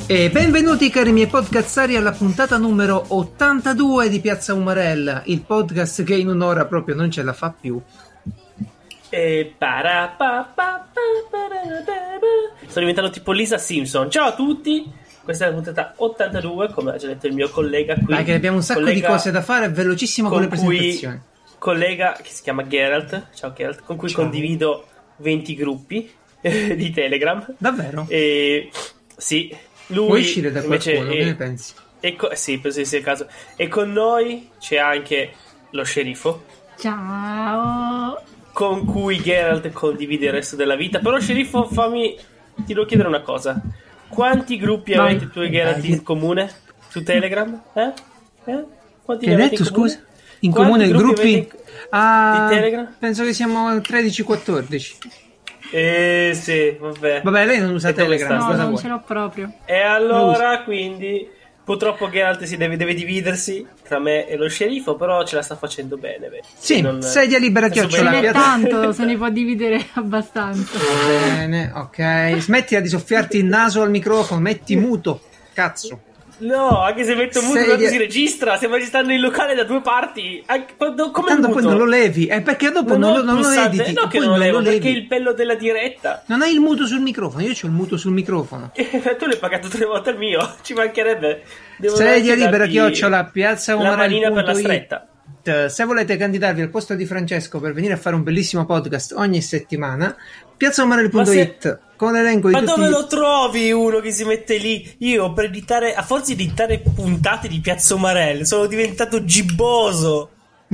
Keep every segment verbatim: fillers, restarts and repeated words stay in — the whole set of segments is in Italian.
E benvenuti cari miei podcazzari alla puntata numero ottantadue di Piazza Umarella, il podcast che in un'ora proprio non ce la fa più. E para pa pa pa para pa. Sto diventando tipo Lisa Simpson. Ciao a tutti, questa è la puntata ottantadue, come ha già detto il mio collega qui. Dai che abbiamo un sacco collega di cose da fare, velocissimo con, con le presentazioni. Collega che si chiama Geralt, ciao Geralt, con cui ciao. Condivido venti gruppi di Telegram. Davvero? E sì. Lui vuoi uscire da qualcuno? è, che ne pensi? E co- sì, penso sia il caso. E con noi c'è anche lo sceriffo. Ciao. Con cui Geralt condivide il resto della vita. Però sceriffo, fammi ti devo chiedere una cosa. Quanti gruppi Vai. avete tu e Geralt in comune su Telegram? Eh? Eh? Quanti che hai detto, scusa? In comune i gruppi, gruppi? In... Ah, di Telegram? Penso che siamo tredici quattordici. Eh sì, vabbè. Vabbè, lei non usa Telegram. No, non vuoi? ce l'ho proprio. E allora, quindi, purtroppo Geralt si deve, deve dividersi tra me e lo sceriffo, però ce la sta facendo bene. Beh. Sì, non... sedia libera chiocciola. Ce n'è tanto, se ne può dividere abbastanza. Bene, ok. Smettila di soffiarti il naso al microfono, metti muto. Cazzo. No, anche se metto muto Sedia... si registra, stiamo registrando in locale da due parti. Anche, quando, come Tanto muto? poi non lo levi, è eh, perché dopo non, non, lo, non lo editi. No, che poi non lo levo, lo levi. Perché il bello della diretta. Non hai il muto sul microfono, io c'ho il muto sul microfono. Tu l'hai pagato tre volte il mio, ci mancherebbe. Devo Sedia libera chiocciola, Piazza Umarella. La manina per la stretta. Se volete candidarvi al posto di Francesco per venire a fare un bellissimo podcast ogni settimana, piazza umarella punto it con l'elenco di ma tutti. Ma dove lo trovi uno che si mette lì? Io per editare, a forza di editare puntate di Piazza Umarella, sono diventato gibboso.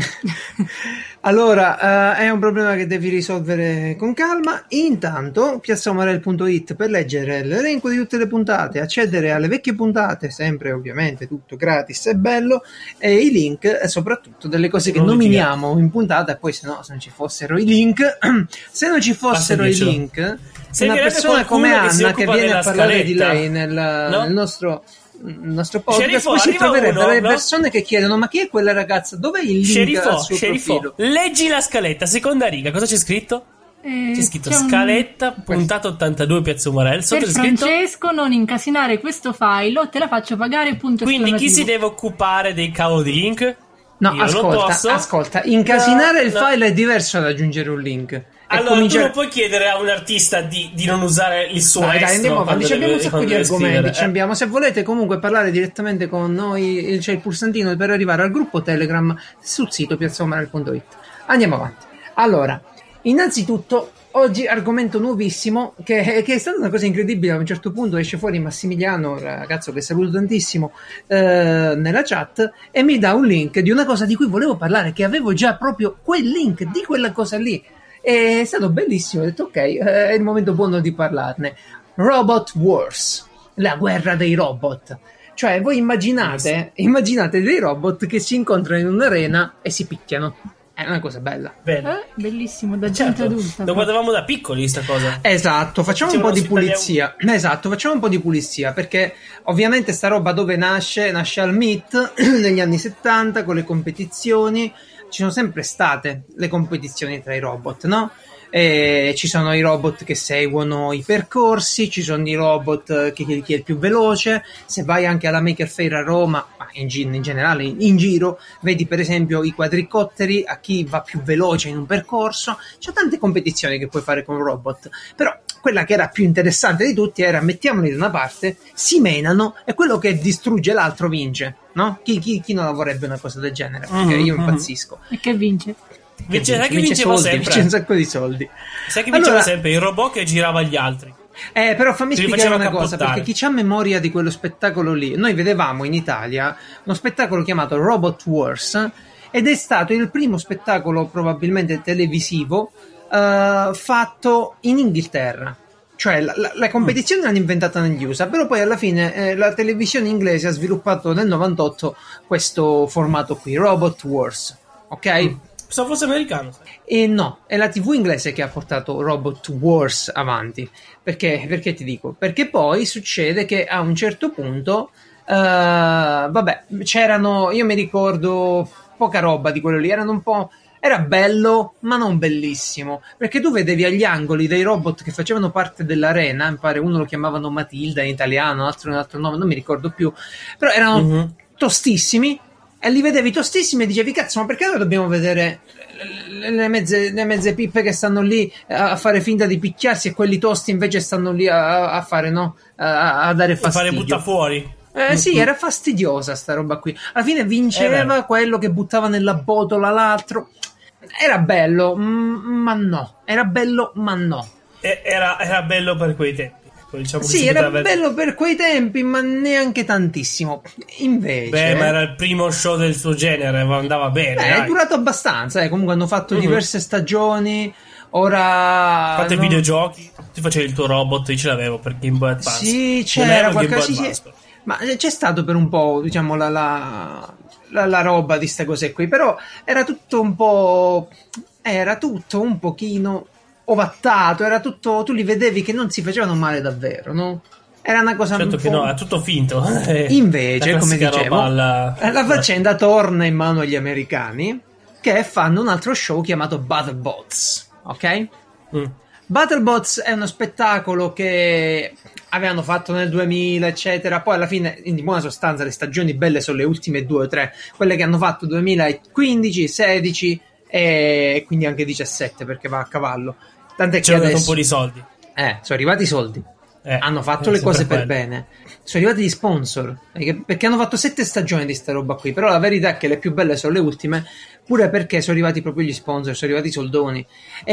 Allora, uh, è un problema che devi risolvere con calma. Intanto, piazza umarella punto it per leggere l'elenco di tutte le puntate, accedere alle vecchie puntate, sempre ovviamente tutto gratis e bello, e i link e soprattutto delle cose che non nominiamo in puntata. E poi, se no, se non ci fossero i link, se non ci fossero i link, se una persona come Anna che, che viene a parlare scaletta. di lei nel, no? nel nostro. il nostro podcast, Sceriffo, poi si troverebbero le no? persone che chiedono: ma chi è quella ragazza? Dov'è il link Sceriffo, al suo Sceriffo, profilo? Leggi la scaletta, seconda riga, cosa c'è scritto? Eh, c'è scritto c'è scaletta, un... puntata ottantadue Piazza Umarella. Per Francesco non incasinare questo file o te la faccio pagare, punto Quindi chi si deve occupare dei cavoli di link? No, Io ascolta, ascolta, incasinare no, il no. file è diverso da aggiungere un link. Allora comincia... tu non puoi chiedere a un artista di, di non usare il suo dai, dai, andiamo avanti, deve, abbiamo un sacco di argomenti, eh. abbiamo. Se volete comunque parlare direttamente con noi, c'è il pulsantino per arrivare al gruppo Telegram sul sito piazza umarella punto it. Andiamo avanti. Allora, innanzitutto oggi argomento nuovissimo che, che è stata una cosa incredibile. A un certo punto esce fuori Massimiliano, ragazzo che saluto tantissimo, eh, nella chat, e mi dà un link di una cosa di cui volevo parlare, che avevo già proprio quel link di quella cosa lì. È stato bellissimo, ho detto ok, è il momento buono di parlarne. Robot Wars, la guerra dei robot. Cioè voi immaginate, immaginate dei robot che si incontrano in un'arena e si picchiano. È una cosa bella. Eh, bellissimo, da gente certo. adulta. Lo guardavamo da piccoli sta cosa. Esatto, facciamo un po' di pulizia. Italiano. Esatto, facciamo un po' di pulizia, perché ovviamente sta roba dove nasce? Nasce al M I T negli anni settanta con le competizioni. Ci sono sempre state le competizioni tra i robot, no? E ci sono i robot che seguono i percorsi, ci sono i robot che chi è il più veloce. Se vai anche alla Maker Faire a Roma, ma in, in generale in, in giro, vedi per esempio i quadricotteri, a chi va più veloce in un percorso. C'è tante competizioni che puoi fare con robot, però quella che era più interessante di tutti era: mettiamoli da una parte, si menano e quello che distrugge l'altro vince, no? Chi, chi, chi non la vorrebbe una cosa del genere? Perché io impazzisco. E che vince? Vince, sai che vince vinceva soldi, sempre? Vince un sacco di soldi. Sai che vinceva allora, sempre? Il robot che girava gli altri. Eh, però fammi Ci spiegare una cappottare. cosa, perché chi c'ha memoria di quello spettacolo lì, noi vedevamo in Italia uno spettacolo chiamato Robot Wars, ed è stato il primo spettacolo probabilmente televisivo uh, fatto in Inghilterra. Cioè la, la, la competizione mm. l'hanno inventata negli U S A, però poi alla fine eh, la televisione inglese ha sviluppato nel novantotto questo formato qui, Robot Wars, ok? Mm. Pensavo fosse americano. E no, è la tivù inglese che ha portato Robot Wars avanti. Perché? Perché ti dico? Perché poi succede che a un certo punto, uh, vabbè, c'erano, io mi ricordo poca roba di quello lì, erano un po', era bello, ma non bellissimo, perché tu vedevi agli angoli dei robot che facevano parte dell'arena, mi pare uno lo chiamavano Matilda in italiano, l'altro un altro nome, non mi ricordo più, però erano mm-hmm. tostissimi, e li vedevi tostissimi e dicevi, cazzo, ma perché noi dobbiamo vedere le mezze, le mezze pippe che stanno lì a fare finta di picchiarsi e quelli tosti invece stanno lì a, a fare, no? A, a dare fastidio. A fare butta fuori. Eh sì, era fastidiosa sta roba qui. Alla fine vinceva eh quello che buttava nella botola l'altro. Era bello, m- ma no. Era bello, ma no. Era, era bello per quei tempi. Diciamo sì, era aver... bello per quei tempi, ma neanche tantissimo. Invece... Beh, ma era il primo show del suo genere, andava bene. Beh, è durato abbastanza, eh. Comunque hanno fatto mm-hmm. diverse stagioni. Ora... Fate no... videogiochi. Tu facevi il tuo robot, io ce l'avevo per Game Boy Advance. Sì, c'era qualcosa... Sì, sì. Ma c'è stato per un po', diciamo, la, la, la, la roba di ste cose qui, però era tutto un po'... Era tutto un pochino ovattato, era tutto... Tu li vedevi che non si facevano male davvero, no? Era una cosa certo un che po'... no, è tutto finto. Invece, come dicevo, alla... la faccenda torna in mano agli americani, che fanno un altro show chiamato BattleBots, ok? Mm. BattleBots è uno spettacolo che avevano fatto nel duemila, eccetera. Poi alla fine, in buona sostanza, le stagioni belle sono le ultime due o tre, quelle che hanno fatto duemilaquindici, sedici e quindi anche diciassette, perché va a cavallo. Tant'è c'è che adesso un po' di soldi. Eh, sono arrivati i soldi. Eh, hanno fatto eh, le cose per quello. bene. Sono arrivati gli sponsor, perché, perché hanno fatto sette stagioni di sta roba qui. Però la verità è che le più belle sono le ultime, pure perché sono arrivati proprio gli sponsor, sono arrivati i soldoni.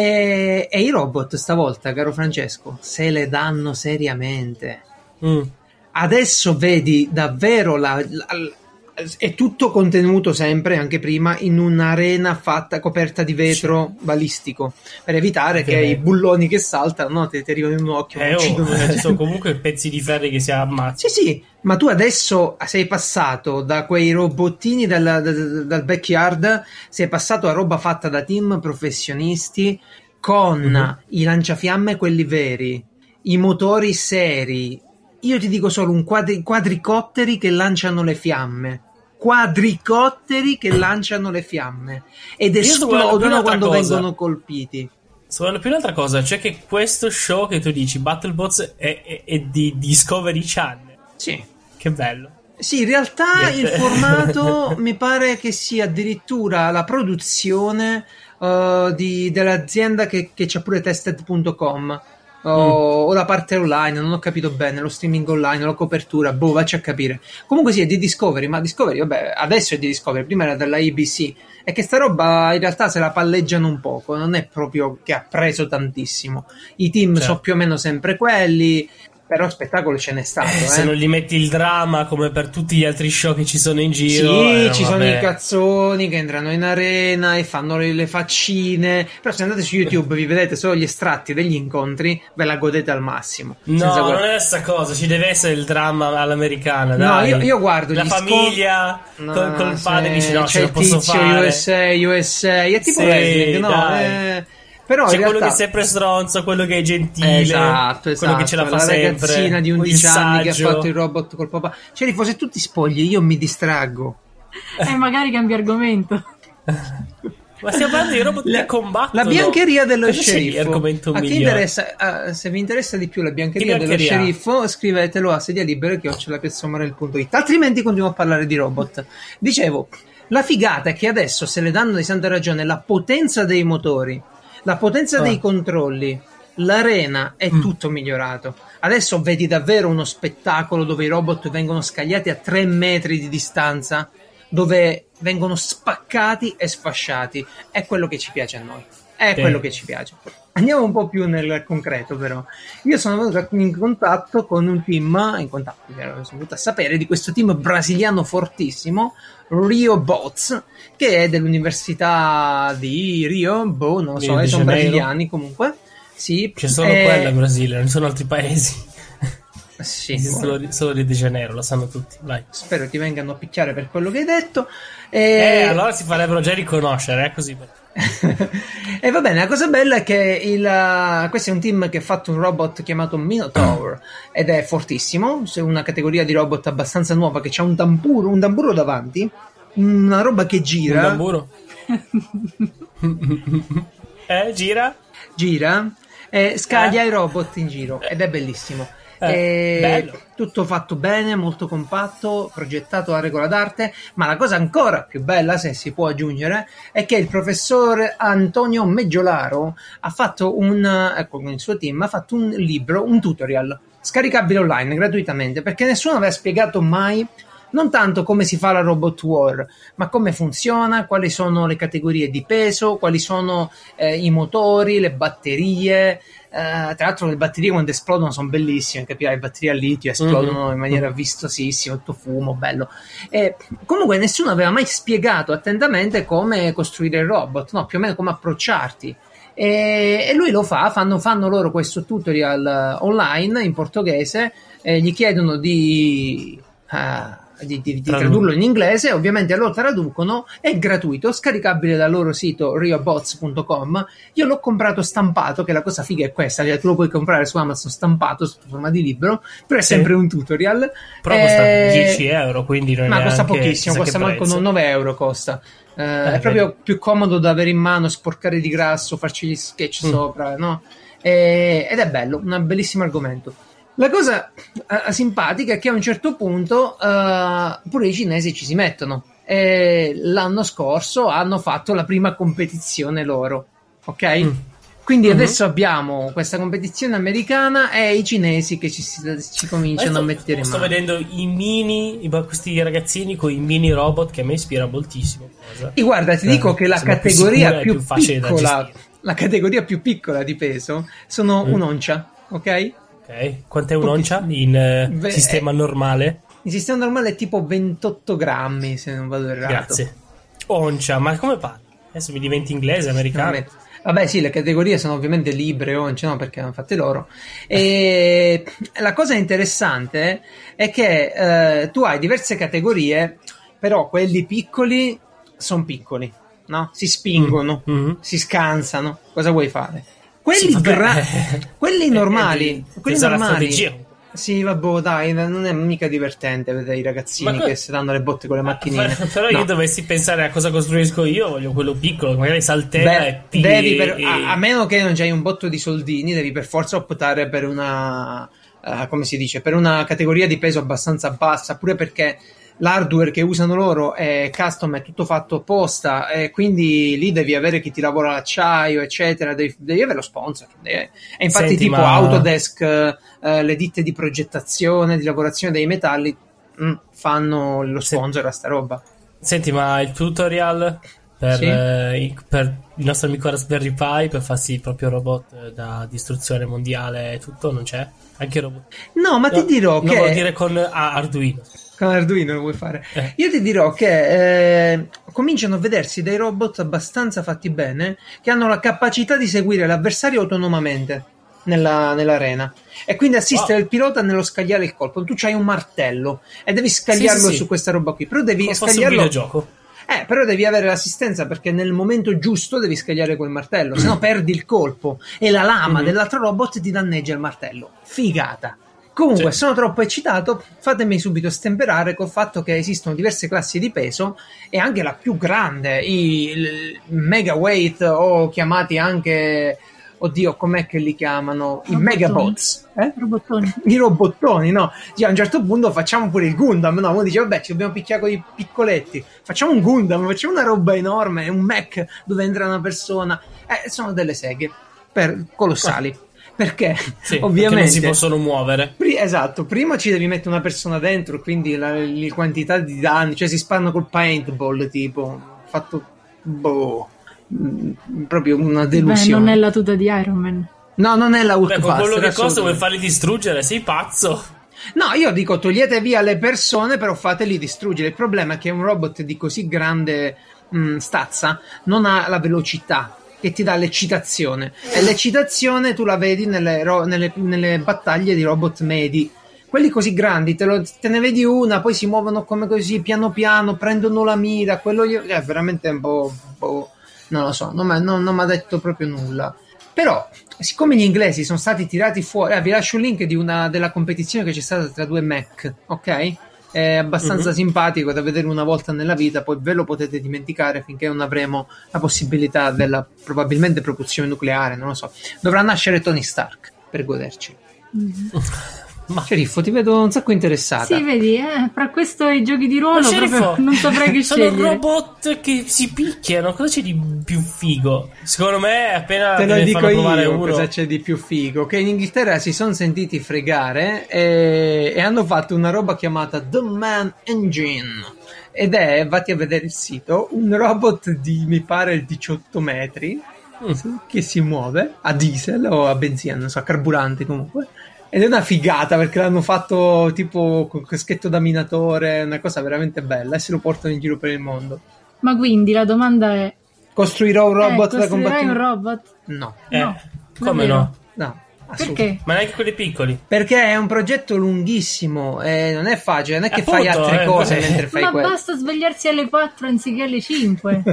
E, e i robot stavolta, caro Francesco, se le danno seriamente. Mm. Adesso vedi davvero la, la, la è tutto contenuto sempre, anche prima, in un'arena fatta coperta di vetro sì. balistico, per evitare che, che i bulloni che saltano, no, ti, ti arrivano in un occhio. Eh, oh, sono comunque pezzi di ferro che si ammazzano. Sì, sì, ma tu adesso sei passato da quei robottini dal, dal, dal backyard, sei passato a roba fatta da team professionisti con mm-hmm. i lanciafiamme, quelli veri, i motori seri. Io ti dico solo un quadri- quadricotteri che lanciano le fiamme. Quadricotteri che lanciano le fiamme ed esplodono quando cosa. vengono colpiti. Sto più un'altra cosa, cioè che questo show che tu dici, BattleBots, è, è, è di Discovery Channel. Sì. Che bello. Sì, in realtà Niente. il formato mi pare che sia addirittura la produzione uh, di, dell'azienda che, che c'ha pure tested punto com. O, mm. o la parte online, non ho capito bene, lo streaming online, la copertura, boh, vacci a capire. Comunque sì, è di Discovery, ma Discovery, vabbè, adesso è di Discovery, prima era della A B C, e che sta roba in realtà se la palleggiano un poco, non è proprio che ha preso tantissimo. I team certo. sono più o meno sempre quelli, però spettacolo ce n'è stato. Eh, eh. Se non gli metti il dramma come per tutti gli altri show che ci sono in giro. Sì, eh, ci vabbè. sono i cazzoni che entrano in arena e fanno le, le faccine. Però se andate su YouTube vi vedete solo gli estratti degli incontri, ve la godete al massimo. No, non guard- è questa cosa, ci deve essere il dramma all'americana. No, dai. io, io guardo la gli famiglia scon- no, col, col padre se dice no, c'è ce lo il posso tizio fare. U S A, U S A, è tipo sì, wrestling, no? Eh, Però c'è in realtà... quello che è sempre stronzo, quello che è gentile, esatto, esatto, quello che ce la fa la sempre, ragazzina di undici anni che ha saggio. fatto il robot col papà. Cioè, se tutti spogli, io mi distraggo. E magari cambia argomento. Ma stiamo parlando di robot la, che combattono. La biancheria dello Cosa sceriffo. A chi interessa, uh, se vi interessa di più la biancheria, biancheria dello sceriffo, scrivetelo a sedia libera chiocciola piazzomorel punto it. Altrimenti continuiamo a parlare di robot. Dicevo, la figata è che adesso se le danno di santa ragione la potenza dei motori, la potenza ah. dei controlli, l'arena è mm. tutto migliorato. Adesso vedi davvero uno spettacolo dove i robot vengono scagliati a tre metri di distanza, dove vengono spaccati e sfasciati. È quello che ci piace a noi. È sì. quello che ci piace. Andiamo un po' più nel concreto, però. Io sono venuto in contatto con un team, in contatto, sono venuto a sapere di questo team brasiliano fortissimo, Rio Bots, che è dell'università di Rio, boh, non lo so, sono brasiliani comunque. Sì, c'è solo eh... quella in Brasile, non ci sono altri paesi. Sì, solo, solo Rio de Janeiro, lo sanno tutti. Vai. Spero ti vengano a picchiare per quello che hai detto. E... Eh, allora si farebbero già riconoscere, è eh, così. E va bene, la cosa bella è che il, questo è un team che ha fatto un robot chiamato Minotaur ed è fortissimo, è una categoria di robot abbastanza nuova che c'ha un tamburo, un tamburo davanti, una roba che gira. Un tamburo? Eh, gira? Gira, eh, scaglia Eh? i robot in giro ed è bellissimo. Eh, Eh, bello. tutto fatto bene, molto compatto, progettato a regola d'arte, ma la cosa ancora più bella, se si può aggiungere, è che il professor Antonio Meggiolaro ha fatto un, ecco, con il suo team, ha fatto un libro, un tutorial, scaricabile online gratuitamente, perché nessuno aveva spiegato mai non tanto come si fa la Robot War, ma come funziona, quali sono le categorie di peso, quali sono eh, i motori, le batterie. Eh, tra l'altro le batterie quando esplodono sono bellissime, capirai, le batterie a litio esplodono mm-hmm. in maniera vistosissima, tutto fumo, bello. E comunque nessuno aveva mai spiegato attentamente come costruire il robot, no, più o meno come approcciarti. E, e lui lo fa, fanno, fanno loro questo tutorial online in portoghese, eh, gli chiedono di... Uh, Di, di, di tradurlo in inglese, ovviamente lo traducono, è gratuito, scaricabile dal loro sito riobots punto com. Io l'ho comprato stampato, che la cosa figa è questa, cioè tu lo puoi comprare su Amazon stampato sotto forma di libro, però è sì. sempre un tutorial, però eh, costa dieci euro, quindi non ma è costa pochissimo, costa manco nove euro costa. Eh, eh, è proprio vedi. Più comodo da avere in mano, sporcare di grasso, farci gli sketch mm. sopra, no? E, ed è bello, un bellissimo argomento. La cosa uh, simpatica è che a un certo punto uh, pure i cinesi ci si mettono e l'anno scorso hanno fatto la prima competizione loro, ok? Mm. Quindi mm-hmm. adesso abbiamo questa competizione americana e i cinesi che ci, ci cominciano sto, a mettere in sto mano. Sto vedendo i mini, questi ragazzini con i mini robot che a me ispira moltissimo. Cosa. E guarda, ti eh, dico che la categoria più, più, più piccola, la categoria più piccola di peso sono mm. un'oncia, ok? Ok, quant'è un'oncia in uh, Beh, sistema normale? In sistema normale è tipo ventotto grammi, se non vado errato. Grazie. Oncia, ma come parli? Adesso mi diventi inglese, americano? Vabbè sì, le categorie sono ovviamente libre, once, no? Perché hanno fatte loro. E la cosa interessante è che eh, tu hai diverse categorie, però quelli piccoli sono piccoli, no? Si spingono, mm-hmm. si scansano. Cosa vuoi fare? Quelli, sì, gra- quelli normali, quelli normali. Sì, vabbè, dai, non è mica divertente vedere i ragazzini que- che si danno le botte con le macchinine. Però, però no. Io dovessi pensare a cosa costruisco io, voglio quello piccolo, magari saltella Beh, e pigli, devi per, e... a, a meno che non c'hai un botto di soldini, devi per forza optare per una, uh, come si dice, per una categoria di peso abbastanza bassa, pure perché l'hardware che usano loro è custom, è tutto fatto apposta, e quindi lì devi avere chi ti lavora l'acciaio, eccetera, devi, devi avere lo sponsor. E infatti Senti, tipo ma... Autodesk, eh, le ditte di progettazione, di lavorazione dei metalli mh, fanno lo sponsor a sta roba. Senti, ma il tutorial per, sì? eh, per il nostro amico Raspberry Pi, per farsi il proprio robot da distruzione mondiale e tutto, non c'è? Anche il robot? No, ma no, ti dirò no, che... vuol dire con ah, Arduino. Con Arduino lo vuoi fare? Eh. Io ti dirò che eh, cominciano a vedersi dei robot abbastanza fatti bene che hanno la capacità di seguire l'avversario autonomamente nella, nell'arena e quindi assistere wow. il pilota nello scagliare il colpo. Tu c'hai un martello e devi scagliarlo sì, sì, sì. su questa roba qui, però devi come scagliarlo. Un videogioco. Eh, però devi avere l'assistenza perché nel momento giusto devi scagliare quel martello, se no perdi il colpo e la lama mm-hmm. dell'altro robot ti danneggia il martello. Figata. Comunque, sì. sono troppo eccitato, fatemi subito stemperare col fatto che esistono diverse classi di peso e anche la più grande, i mega weight o chiamati anche, oddio, com'è che li chiamano? I megabots. Eh? Robottoni. I robottoni, no? Cioè, a un certo punto facciamo pure il Gundam, no? Uno dice, vabbè, ci dobbiamo picchiare con i piccoletti. Facciamo un Gundam, facciamo una roba enorme, un mech dove entra una persona. Eh, sono delle seghe per colossali. Ah. Perché sì, ovviamente perché non si possono muovere. Pri- esatto, prima ci devi mettere una persona dentro, quindi la, la quantità di danni, cioè si sparano col paintball, tipo fatto boh, mh, proprio una delusione. Beh, non è la tuta di Iron Man. No, non è la Hulk. Beh, con quello che costa vuoi farli distruggere, sei pazzo. No, io dico togliete via le persone, però fateli distruggere. Il problema è che un robot di così grande mh, stazza non ha la velocità che ti dà l'eccitazione e l'eccitazione tu la vedi nelle, ro- nelle, nelle battaglie di robot medi. Quelli così grandi te, lo, te ne vedi una, poi si muovono come così piano piano, prendono la mira, quello io, è veramente un po', un po' non lo so, non mi non, non ha detto proprio nulla. Però siccome gli inglesi sono stati tirati fuori, eh, vi lascio il link di una della competizione che c'è stata tra due mech, ok? è abbastanza mm-hmm. simpatico da vedere una volta nella vita, poi ve lo potete dimenticare finché non avremo la possibilità della probabilmente propulsione nucleare, non lo so. Dovrà nascere Tony Stark per goderci. Mm-hmm. Ma Sceriffo, ti vedo un sacco interessata. Sì, vedi, eh, fra questo e i giochi di ruolo proprio non saprei che sono scegliere. Sono robot che si picchiano, cosa c'è di più figo? Secondo me appena te lo ne dico fanno provare io uno... cosa c'è di più figo, che in Inghilterra si sono sentiti fregare e, e hanno fatto una roba chiamata The Man Engine, ed è, vatti a vedere il sito, un robot di mi pare diciotto metri mm. che si muove a diesel o a benzina, non so, a carburante comunque. Ed è una figata perché l'hanno fatto tipo con caschetto da minatore, una cosa veramente bella, e se lo portano in giro per il mondo. Ma quindi la domanda è: costruirò un robot eh, da combattimento? un robot? No. Eh, no. Come no? No. Perché? Ma neanche quelli piccoli. Perché è un progetto lunghissimo e non è facile, non è che Appunto, fai altre eh, cose eh. mentre fai Ma quello. basta svegliarsi alle quattro anziché alle cinque.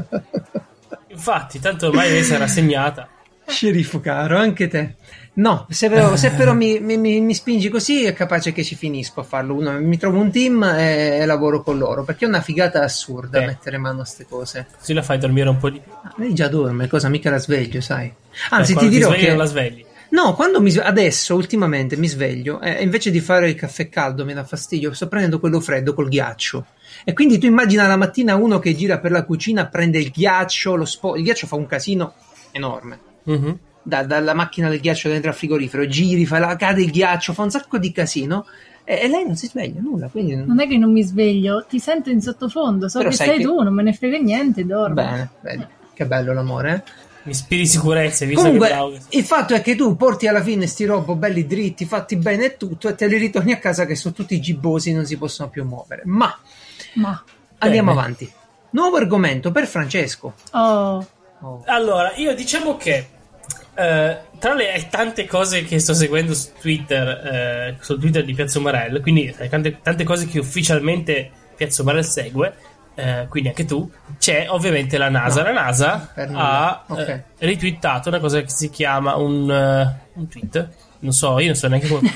Infatti, tanto ormai lei si è rassegnata. Sceriffo caro, anche te. No, se però, se però mi, mi, mi spingi così è capace che ci finisco a farlo. Uno, mi trovo un team e, e lavoro con loro, perché è una figata assurda eh. mettere mano a ste cose. Così la fai dormire un po' di più. Ah, lei già dorme, cosa mica la sveglio, sai. Anzi, Beh, ti dirò ti che non la svegli. No, quando mi adesso ultimamente mi sveglio e eh, invece di fare il caffè caldo mi dà fastidio, sto prendendo quello freddo col ghiaccio. E quindi tu immagina la mattina uno che gira per la cucina, prende il ghiaccio, lo spo- il ghiaccio fa un casino enorme. Mm-hmm. Da, dalla macchina del ghiaccio dentro al frigorifero, giri, fa la, cade il ghiaccio, fa un sacco di casino e, e lei non si sveglia, nulla. Quindi non... non è che non mi sveglio, ti sento in sottofondo, so Però che sai sei che... tu, non me ne frega niente, dormo. Bene, vedi, che bello l'amore, eh? Mi ispiri sicurezza, visto comunque che il fatto è che tu porti alla fine sti robo belli dritti, fatti bene e tutto, e te li ritorni a casa che sono tutti gibbosi, non si possono più muovere. Ma, Ma. andiamo Bene. avanti. Nuovo argomento per Francesco. Oh. Oh. Allora, io diciamo che eh, tra le tante cose che sto seguendo su Twitter, eh, sul Twitter di Piazza Umarell, quindi tante, tante cose che ufficialmente Piazza Umarell segue, eh, quindi anche tu, c'è ovviamente la NASA. No, la NASA ha okay. eh, retweetato una cosa che si chiama un, uh, un tweet, non so, io non so neanche come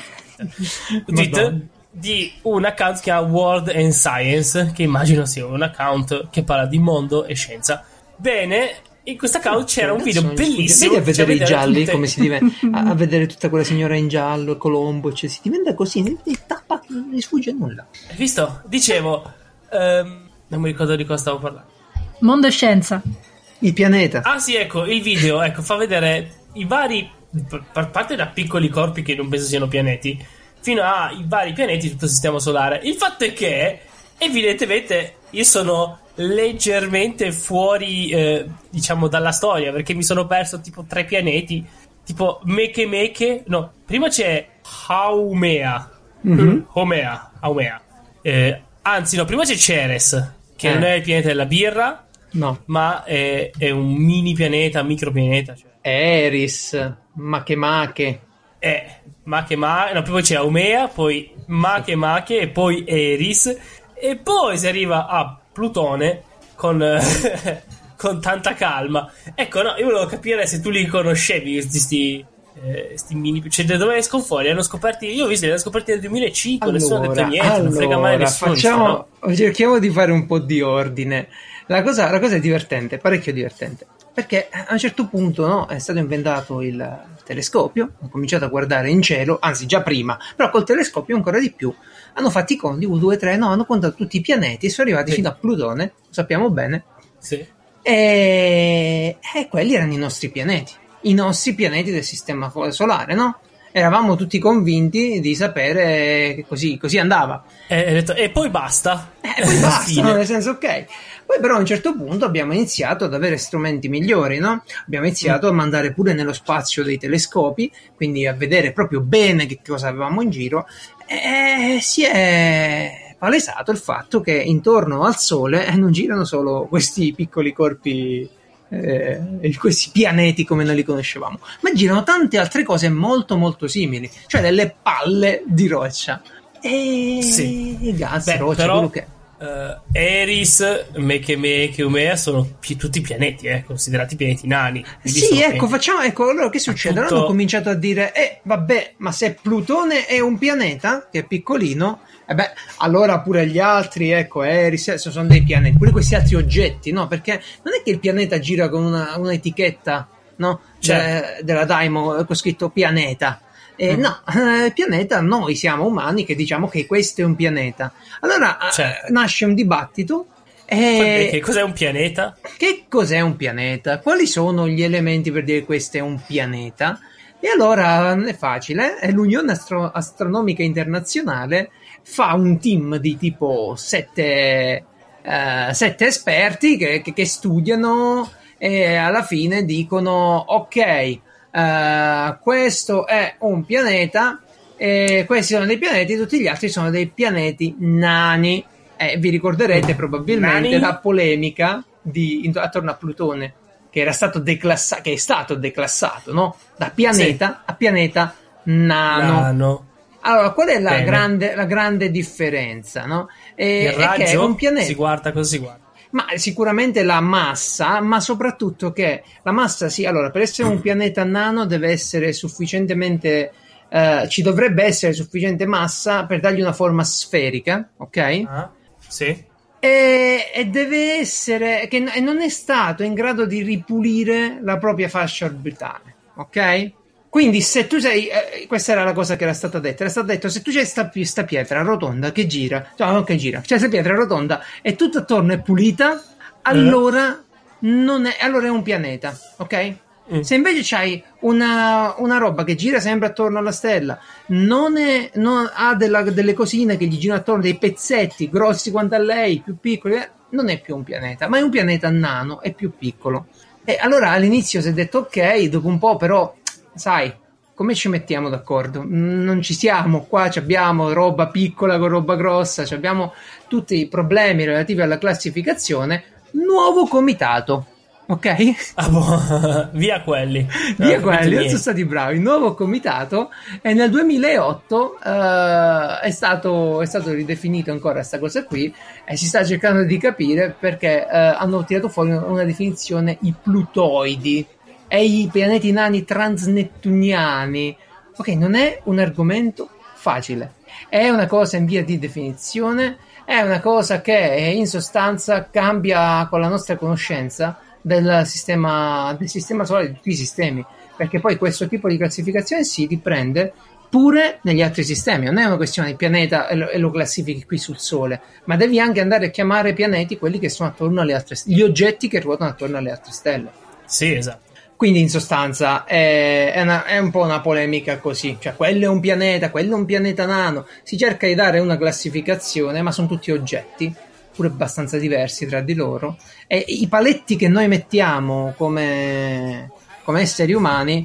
un tweet di un account che si chiama World and Science, che immagino sia un account che parla di mondo e scienza. Bene, in questo account c'era un video bellissimo. Vedi a vedere cioè, i gialli, tutte... come si diventa, a, a vedere tutta quella signora in giallo, Colombo, cioè si diventa così, non gli tappa, non gli sfugge nulla. Hai visto? Dicevo, um, non mi ricordo di cosa stavo parlando. Mondo e scienza. Il pianeta. Ah sì, ecco, il video, ecco, fa vedere i vari, a parte da piccoli corpi che non penso siano pianeti, fino ai vari pianeti di tutto il sistema solare. Il fatto è che, evidentemente, io sono leggermente fuori, eh, diciamo, dalla storia, perché mi sono perso tipo tre pianeti, tipo Meke Meke, no, prima c'è Haumea, mm-hmm. Haumea, Haumea. Eh, anzi no, prima c'è Ceres, che eh. non è il pianeta della birra, no, ma è, è un mini pianeta, micropianeta, cioè. Eris, Make Make. Eh, Make Make, no, poi c'è Haumea, poi Make Make e poi Eris, e poi si arriva a Plutone con, eh, con tanta calma. Ecco, no, io volevo capire se tu li conoscevi, questi eh, sti mini, cioè da dove escono fuori? Hanno scoperti, io ho visto, li hanno scoperti nel duemilacinque, allora, nessuno ha detto niente, allora, non frega mai nessuno. Facciamo, no? Cerchiamo di fare un po' di ordine. La cosa, la cosa è divertente, parecchio divertente, perché a un certo punto, no, è stato inventato il telescopio, ho cominciato a guardare in cielo, anzi già prima, però col telescopio ancora di più, hanno fatto i conti, uno, due, tre, no, hanno contato tutti i pianeti e sono arrivati sì. fino a Plutone, lo sappiamo bene, sì. e... e quelli erano i nostri pianeti, i nostri pianeti del sistema solare, no? Eravamo tutti convinti di sapere che così, così andava. E, detto, e poi basta. E poi basta, no? Nel senso, ok. Poi però a un certo punto abbiamo iniziato ad avere strumenti migliori, no? Abbiamo iniziato mm. a mandare pure nello spazio dei telescopi, quindi a vedere proprio bene che cosa avevamo in giro, e si è palesato il fatto che intorno al Sole non girano solo questi piccoli corpi, eh, questi pianeti come noi li conoscevamo, ma girano tante altre cose molto molto simili, cioè delle palle di roccia e, sì. e gas, Beh, roccia, però... quello che è. Uh, Eris, Mecheme e Umea sono pi- tutti pianeti, eh, considerati pianeti nani. Sì, ecco, pianeti. facciamo, ecco, allora che succede? Appunto... Allora hanno cominciato a dire, eh, vabbè, ma se Plutone è un pianeta, che è piccolino, eh beh, allora pure gli altri, ecco, Eris, sono dei pianeti, pure questi altri oggetti, no? Perché non è che il pianeta gira con una, una etichetta, no? Certo. De, della Daimo, con scritto pianeta. Eh, no, eh, pianeta, noi siamo umani che diciamo che questo è un pianeta. Allora certo. eh, nasce un dibattito. E... Che cos'è un pianeta? Che cos'è un pianeta? Quali sono gli elementi per dire che questo è un pianeta? E allora non è facile. Eh? L'Unione Astro- Astronomica Internazionale fa un team di tipo sette, eh, sette esperti che, che, che studiano e alla fine dicono ok. Uh, questo è un pianeta e questi sono dei pianeti, tutti gli altri sono dei pianeti nani e eh, vi ricorderete probabilmente nani? La polemica di, attorno a Plutone che era stato declassato, che è stato declassato, no? Da pianeta sì. a pianeta nano. nano. Allora, qual è la grande, la grande differenza, no? E, il raggio, che è un pianeta si guarda così, guarda. Ma sicuramente la massa, ma soprattutto che la massa, sì, allora per essere un pianeta nano deve essere sufficientemente, eh, ci dovrebbe essere sufficiente massa per dargli una forma sferica, ok? Ah, sì. E, e deve essere, che n- non è stato in grado di ripulire la propria fascia orbitale, ok? Quindi se tu sei, eh, questa era la cosa che era stata detta, era stato detto se tu c'hai sta, sta pietra rotonda che gira, cioè non che gira, c'è cioè, questa pietra rotonda e tutto attorno è pulita, allora non è, allora è un pianeta, ok? Mm. Se invece c'hai una, una roba che gira sempre attorno alla stella, non, è, non ha della, delle cosine che gli girano attorno, dei pezzetti grossi quanto a lei, più piccoli, non è più un pianeta, ma è un pianeta nano, è più piccolo. E allora all'inizio si è detto ok, dopo un po' però sai, come ci mettiamo d'accordo? Non ci siamo, qua abbiamo roba piccola con roba grossa, abbiamo tutti i problemi relativi alla classificazione. Nuovo comitato, ok? Ah, boh. Via quelli. Via no, quelli, non sono stati bravi. Nuovo comitato e nel duemilaotto uh, è, stato, è stato ridefinito ancora questa cosa qui e si sta cercando di capire perché uh, hanno tirato fuori una definizione i plutoidi e i pianeti nani transnettuniani. Ok, non è un argomento facile, è una cosa in via di definizione, è una cosa che in sostanza cambia con la nostra conoscenza del sistema, del sistema solare, di tutti i sistemi, perché poi questo tipo di classificazione si riprende pure negli altri sistemi, non è una questione di pianeta e lo, e lo classifichi qui sul Sole, ma devi anche andare a chiamare pianeti quelli che sono attorno alle altre stelle, gli oggetti che ruotano attorno alle altre stelle. Sì, esatto. Quindi in sostanza è, è, una, è un po' una polemica così, cioè quello è un pianeta, quello è un pianeta nano, si cerca di dare una classificazione ma sono tutti oggetti, pure abbastanza diversi tra di loro e i paletti che noi mettiamo come, come esseri umani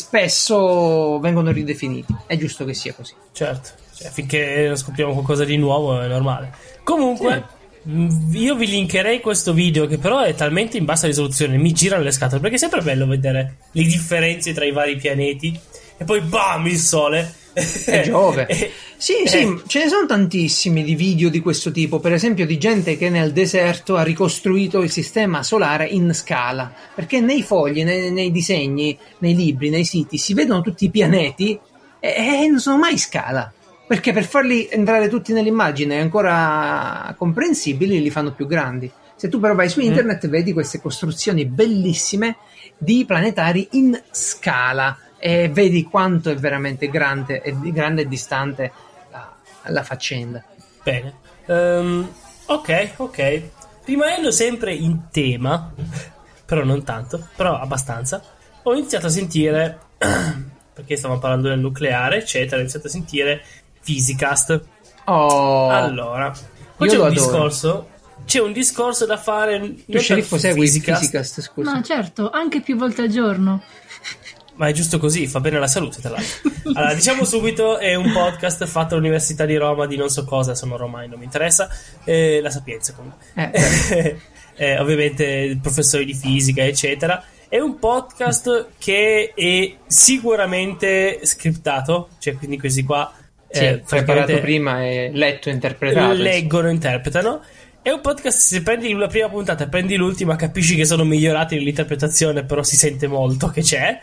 spesso vengono ridefiniti, è giusto che sia così. Certo, cioè, finché non scopriamo qualcosa di nuovo è normale. Comunque... Sì. Io vi linkerei questo video che però è talmente in bassa risoluzione, mi girano le scatole perché è sempre bello vedere le differenze tra i vari pianeti e poi bam il sole e Giove. Sì, sì, eh. ce ne sono tantissimi di video di questo tipo, per esempio di gente che nel deserto ha ricostruito il sistema solare in scala, perché nei fogli, nei, nei disegni, nei libri, nei siti si vedono tutti i pianeti e, e non sono mai scala. Perché per farli entrare tutti nell'immagine ancora comprensibili li fanno più grandi. Se tu però vai su internet mm. vedi queste costruzioni bellissime di planetari in scala e vedi quanto è veramente grande e, grande e distante la, la faccenda. Bene. Um, ok, ok. Rimanendo sempre in tema, però non tanto, però abbastanza, ho iniziato a sentire, perché stavamo parlando del nucleare, eccetera, ho iniziato a sentire Physicast. Oh, allora, poi c'è un adoro. discorso. C'è un discorso da fare. Tu sceriffo segui Physicast, scusa. Ma certo, anche più volte al giorno. Ma è giusto così, fa bene alla salute, tra l'altro. Allora, diciamo subito, è un podcast fatto all'Università di Roma di non so cosa, sono romani, non mi interessa. Eh, la Sapienza, comunque. Eh, eh, ovviamente, professori di fisica, eccetera. È un podcast che è sicuramente scriptato, cioè quindi questi qua. Sì, eh, preparato prima e letto e interpretato. Leggono e interpretano È un podcast, se prendi la prima puntata e prendi l'ultima, capisci che sono migliorati nell'interpretazione, però si sente molto che c'è.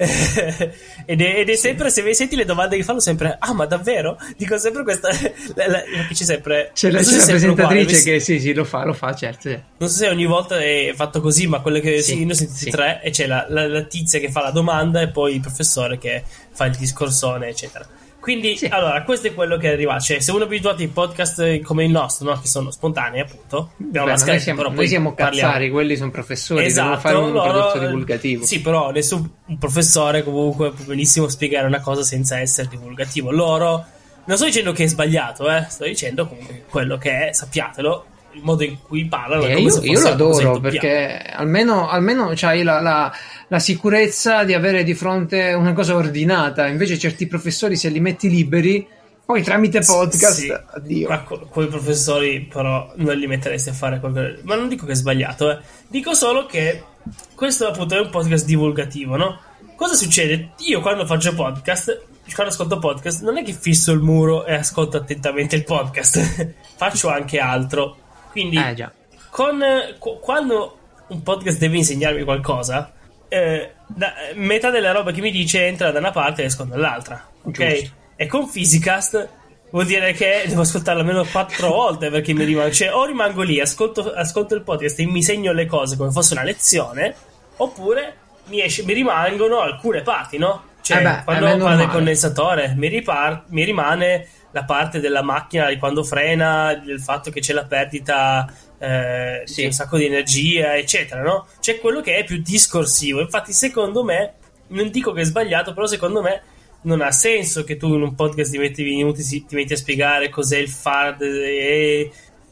ed, è, ed è sempre, se senti le domande che fanno, sempre ah, ma davvero? Dico sempre questa. La, la, c'è sempre. C'è la, c'è la presentatrice uguale, che sì, sì, lo fa, lo fa, certo. Sì. Non so se ogni volta è fatto così, ma quelle che sì, sì, ne ho sentiti sì. tre, e c'è la, la, la tizia che fa la domanda e poi il professore che fa il discorsone, eccetera. Quindi, sì. allora, questo è quello che arriva. Cioè, se uno è abituato ai podcast come il nostro, no? Che sono spontanei, appunto. Beh, una scaletta, noi siamo, però noi siamo cazzari, quelli sono professori, esatto, devono fare un loro, prodotto divulgativo. Sì, però nessun un professore comunque può benissimo spiegare una cosa senza essere divulgativo. Loro, non sto dicendo che è sbagliato, eh. Sto dicendo comunque quello che è, sappiatelo. Il modo in cui parlano eh, come io, se io lo adoro perché almeno, almeno c'hai la, la, la sicurezza di avere di fronte una cosa ordinata. Invece certi professori, se li metti liberi, poi tramite podcast, sì, addio. Ma con quei professori però non li metteresti a fare qualcosa. Ma non dico che è sbagliato, eh. Dico solo che questo appunto è un podcast divulgativo, no? Cosa succede? Io quando faccio podcast, quando ascolto podcast, non è che fisso il muro e ascolto attentamente il podcast. Faccio anche altro. Quindi, eh, già. Con, quando un podcast deve insegnarmi qualcosa, eh, da, metà della roba che mi dice entra da una parte e esco dall'altra. Ok? Giusto. E con Physicast vuol dire che devo ascoltarlo almeno quattro volte perché mi rimango. Cioè, o rimango lì, ascolto, ascolto il podcast e mi segno le cose come fosse una lezione, oppure mi, esce, mi rimangono alcune parti, no? Cioè, eh beh, quando parla il condensatore, mi, ripar- mi rimane la parte della macchina di quando frena, del fatto che c'è la perdita eh, sì. di un sacco di energia, eccetera, no? C'è quello che è più discorsivo. Infatti, secondo me, non dico che è sbagliato, però secondo me non ha senso che tu in un podcast di venti minuti ti metti a spiegare cos'è il F A R D e,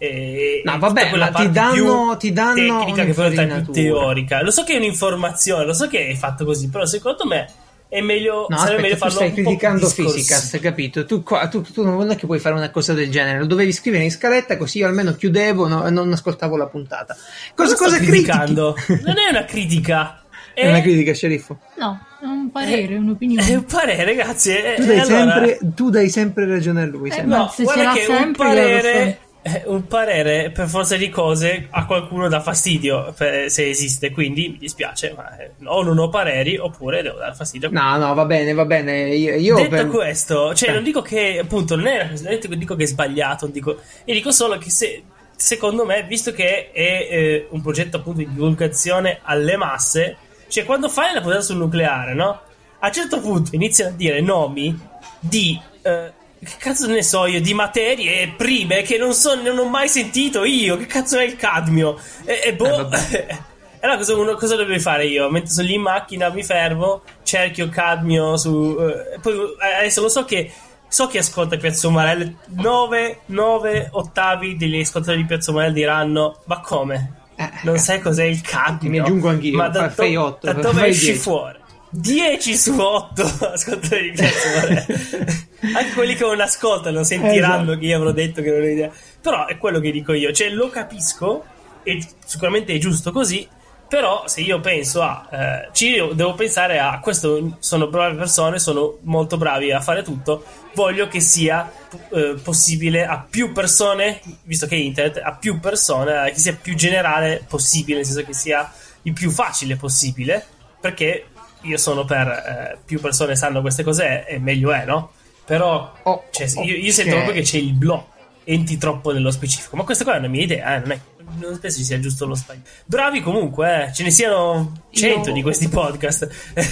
e no, vabbè, ma ti danno, ti danno tecnica che poi è più teorica. Lo so che è un'informazione, lo so che è fatto così, però secondo me è meglio, no, sarebbe aspetta, meglio farlo tu stai un criticando po' Physicast, capito? Tu, qua, tu, tu non è che puoi fare una cosa del genere, lo dovevi scrivere in scaletta così io almeno chiudevo no, e non ascoltavo la puntata. Cosa, cosa criticando? Non è una critica. È, è una critica, sceriffo? No, è un parere, è un'opinione. È un parere, grazie. Tu dai, allora... sempre, tu dai sempre ragione a lui. Eh, no, se guarda ce che l'ha un sempre, parere, un parere, per forza di cose, a qualcuno dà fastidio per, se esiste. Quindi mi dispiace, ma eh, o non ho pareri, oppure devo dare fastidio. No, no, va bene, va bene. Io, io Detto per... questo, cioè, eh. non dico che appunto non è non dico che è sbagliato, dico, io dico solo che se. Secondo me, visto che è eh, un progetto appunto di divulgazione alle masse, cioè quando fai la puntata sul nucleare, no? A un certo punto iniziano a dire nomi di eh, che cazzo ne so io, di materie prime che non so, non ho mai sentito io. Che cazzo è il cadmio? E, e boh. Eh, allora cosa, uno, cosa dovevo fare io? Mentre sono lì in macchina mi fermo, cerchio cadmio su eh, poi adesso lo so che So chi ascolta Piazza Umarell, nove, nove ottavi degli ascoltatori di Piazza Umarell diranno: ma come? Eh, non sai cos'è il cadmio? Mi aggiungo anch'io. Ma da, fai to- otto, da dove esci fuori? dieci su otto ascoltatori di Piazza Umarell. Anche quelli che non ascoltano sentiranno esatto. che io avrò detto che non ho idea. Però è quello che dico io, cioè lo capisco e sicuramente è giusto così. Però se io penso a eh, ci devo pensare a questo, sono brave persone, sono molto bravi a fare tutto, voglio che sia eh, possibile a più persone, visto che è internet, a più persone, che sia più generale possibile, nel senso che sia il più facile possibile, perché io sono per eh, più persone sanno queste cose e meglio è, no? Però oh, cioè, oh, io, io okay. sento proprio che c'è il blocco, entri troppo nello specifico, ma questa qua è una mia idea, eh, non è non penso ci sia giusto lo sbaglio. Bravi comunque, eh. Ce ne siano cento io... di questi podcast.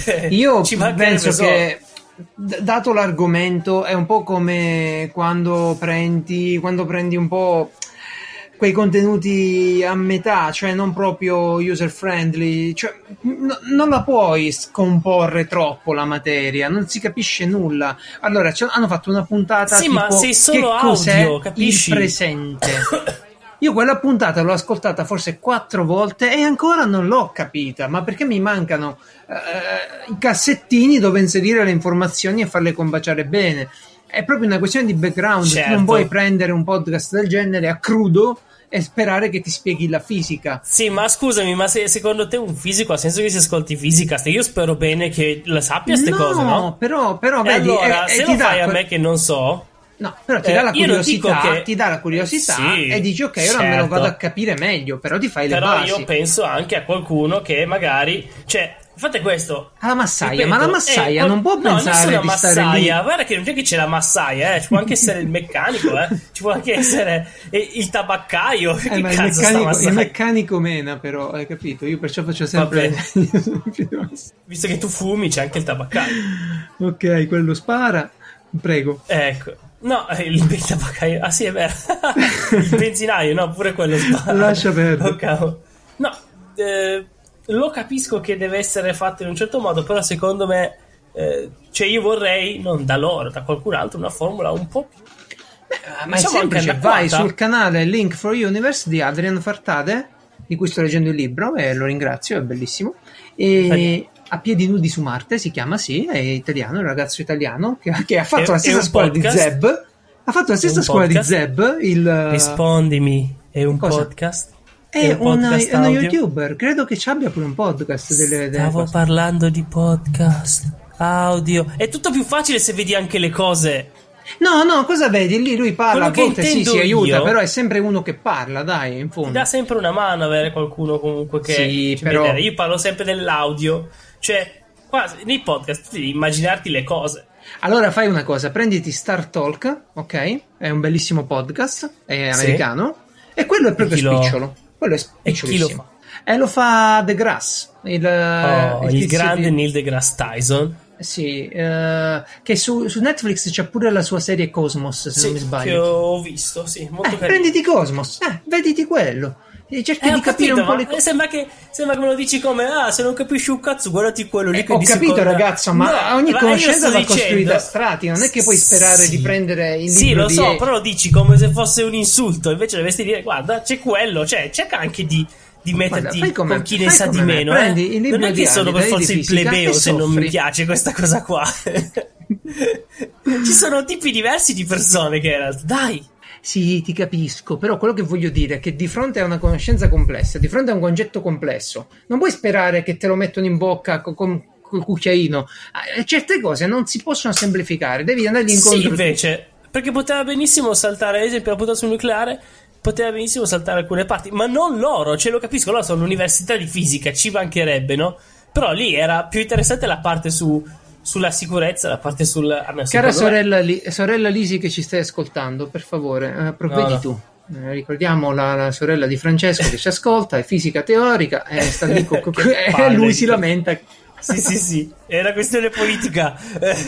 Io penso che d- dato l'argomento è un po' come quando prendi quando prendi un po' quei contenuti a metà, cioè non proprio user friendly, cioè n- non la puoi scomporre troppo la materia, non si capisce nulla. Allora hanno fatto una puntata sì, tipo ma sei solo che cos'è audio, capisci? Il presente. Io quella puntata l'ho ascoltata forse quattro volte e ancora non l'ho capita, ma perché mi mancano uh, i cassettini dove inserire le informazioni e farle combaciare bene. È proprio una questione di background, certo. Tu non puoi prendere un podcast del genere a crudo e sperare che ti spieghi la fisica. Sì, ma scusami, ma se secondo te un fisico ha senso che si ascolti Physicast? Io spero bene che la sappia ste no, cose, no? Però, però e vedi, allora, e, se e lo ti fai dà a que- me che non so... No, però ti dà la Eh, io non curiosità, dico che- ti dà la curiosità Sì, e dici ok, ora me lo certo. vado a capire meglio, però ti fai le Però basi. io penso anche a qualcuno che magari, cioè, fate questo. Alla massaia, ripeto, ma la massaia eh, non può no, pensare nessuna di stare lì. massaia. Guarda che non c'è che c'è la massaia, eh. Ci può anche essere il meccanico, eh. Ci può anche essere eh, il tabaccaio. Eh, che ma il cazzo sta meccanico, massaia? il meccanico mena, però, hai capito? Io perciò faccio sempre. Visto che tu fumi, c'è anche il tabaccaio. Ok, quello spara. Prego. Ecco. No, eh, il, il tabaccaio. Ah, sì, è vero. Il benzinaio, no, pure quello spara. Lascia perdere. Oh, cavolo. No, eh, lo capisco che deve essere fatto in un certo modo, però secondo me, eh, cioè io vorrei, non da loro, da qualcun altro, una formula un po' più. Beh, ma diciamo è semplice, anche vai adeguata. sul canale Link for Universe di Adrian Fartade, di cui sto leggendo il libro e lo ringrazio, è bellissimo. E A piedi nudi su Marte si chiama, sì, è italiano, è un ragazzo italiano che, che ha fatto È- la è stessa un scuola podcast? di Zeb. Ha fatto la stessa un scuola podcast? di Zeb. Il, Rispondimi, è un cosa? podcast? È, un una- podcast è uno audio? youtuber, credo che ci abbia pure un podcast delle, delle Stavo cose. parlando di podcast audio. È tutto più facile se vedi anche le cose. No, no, cosa vedi? Lì lui parla, Quello a che volte sì, intendo si aiuta, io- però è sempre uno che parla, dai, in Ti fondo. dà sempre una mano avere qualcuno comunque che Sì, ci però- vedere. Io parlo sempre dell'audio, cioè quasi nei podcast devi immaginarti le cose. Allora fai una cosa, prenditi Star Talk, ok? È un bellissimo podcast, è Sì. americano, e quello è proprio chi lo- spicciolo. Quello è E chi lo spicciolissimo. fa? E lo fa The Grass, il, Oh, il, tizio grande di- Neil deGrasse Tyson. Sì, eh, che su, su Netflix c'è pure la sua serie Cosmos, se Sì, non mi che sbaglio. ho visto, sì, molto Eh, carino. prenditi Cosmos, eh, vediti quello. E cerchi Eh, di ho capire capito, un po' ma le cose. sembra che, sembra che me lo dici come ah, se non capisci un cazzo guardati quello lì Eh, che ho di capito, seconda- ragazzo, ma No, ogni ma io conoscenza sto va dicendo- costruita a strati, non è che puoi sperare Sì. di prendere il Sì, libro lo di so, E. però lo dici come se fosse un insulto, invece dovresti dire guarda, c'è quello, cioè cerca anche di, di metterti Guarda, fai come- con chi ne fai sa di come me, meno, prendi eh. il libro Non è di che sono per Alida, forza di il fisica, plebeo e se non soffri. mi piace questa cosa qua. Ci sono tipi diversi di persone che in realtà, dai. Sì, ti capisco, però quello che voglio dire è che di fronte a una conoscenza complessa, di fronte a un concetto complesso, non puoi sperare che te lo mettono in bocca co- con col cucchiaino. Eh, Certe cose non si possono semplificare, devi andargli incontro. Sì, invece, perché poteva benissimo saltare, ad esempio, la punta sul nucleare, poteva benissimo saltare alcune parti, ma non loro, cioè lo capisco, loro sono l'università di fisica, ci mancherebbe, no? Però lì era più interessante la parte su sulla sicurezza, la parte sul... ah, no, Cara secondo me- sorella, Li- sorella Lisi che ci stai ascoltando, per favore, eh, provvedi No, no. tu. Eh, ricordiamo la, la sorella di Francesco che ci ascolta, è fisica teorica, e sta lì con- Che e palle. lui si lamenta. Sì, sì, sì, è una questione politica.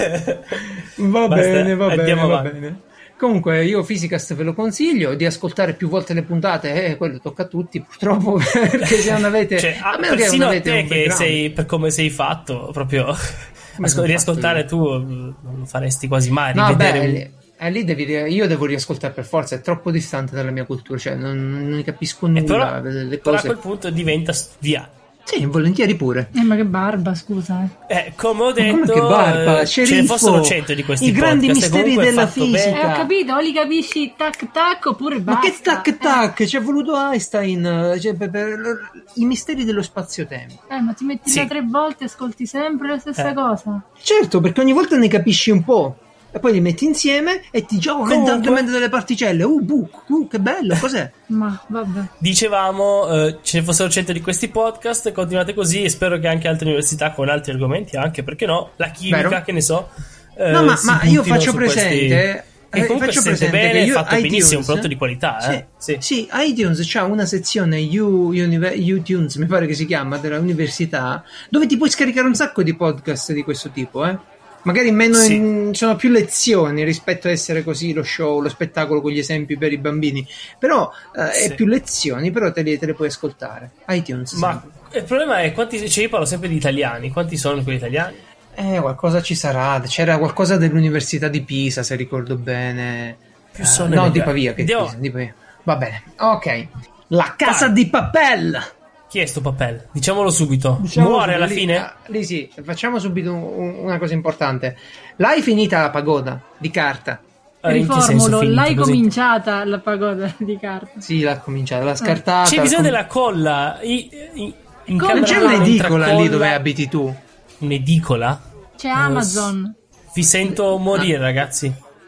Va Basta, bene, va bene, andiamo va avanti. bene. Comunque io Physicast ve lo consiglio di ascoltare più volte le puntate, eh, quello tocca a tutti purtroppo, perché se non avete Cioè, a ah, meno che non persino a avete te un che background. sei, per come sei fatto, proprio asco- sono riascoltare fatto tu mm, non lo faresti quasi mai, No, rivedere beh, un- lì, eh, lì devi, io devo riascoltare per forza, è troppo distante dalla mia cultura, cioè non, non ne capisco nulla Eh, però, delle però a cose. quel punto diventa studiare. Sì, volentieri pure. Eh, ma che barba, scusa. Eh. Eh, come ho Ma detto, come che barba, eh, ce ne sceriffo, fossero cento di questi i grandi podcast, e misteri comunque della fatto fisica. bene. Eh, ho capito, o li capisci tac tac oppure Ma basta. che tac tac, ci è voluto Einstein, cioè, per, per- i misteri dello spazio-tempo. Eh, eh, ma ti metti Sì. là tre volte e ascolti sempre la stessa Eh. cosa. Certo, perché ogni volta ne capisci un po'. E poi li metti insieme e ti gioco Comunque- aumento delle particelle. Uh, buh, uh, che bello, cos'è? Ma vabbè. Dicevamo, eh, ce ne fossero cento di questi podcast, continuate così e spero che anche altre università con altri argomenti, anche perché no, la chimica, Vero? che ne so. eh, No, ma, si ma io buttino faccio su questi- presente. E eh, comunque faccio si sente presente bene, che io, è fatto iTunes, benissimo, un prodotto di qualità. Sì, Eh? Sì. sì, iTunes c'ha una sezione U, Univer- iTunes, mi pare che si chiama, della università, dove ti puoi scaricare un sacco di podcast di questo tipo, eh. Magari meno Sì. in- sono più lezioni rispetto a essere così lo show, lo spettacolo con gli esempi per i bambini. Però eh, Sì. è più lezioni, però te le, te le puoi ascoltare. iTunes. Ma sempre. il problema è quanti, cioè io parlo sempre di italiani, quanti sono quelli italiani? Eh, qualcosa ci sarà. C'era qualcosa dell'Università di Pisa, se ricordo bene. Più Eh, sono no, meglio. di Pavia. Che Andiamo- Pisa, di Pavia. Va bene. Ok. La casa Vai. di Papel. Chi è sto papel? Diciamolo subito. Diciamo Muore subito, alla lì- fine? ah, lì sì, facciamo subito un- un- una cosa importante. L'hai finita la pagoda di carta? Eh, in che senso Riformulo, finito? l'hai Così? cominciata la pagoda di carta. Sì, l'ha cominciata, l'ha scartata. C'è bisogno com- della colla. I, i, in Come? Non c'è camera un'edicola entra lì colla- dove abiti tu? Un'edicola? C'è Amazon. Vi sento morire, ragazzi.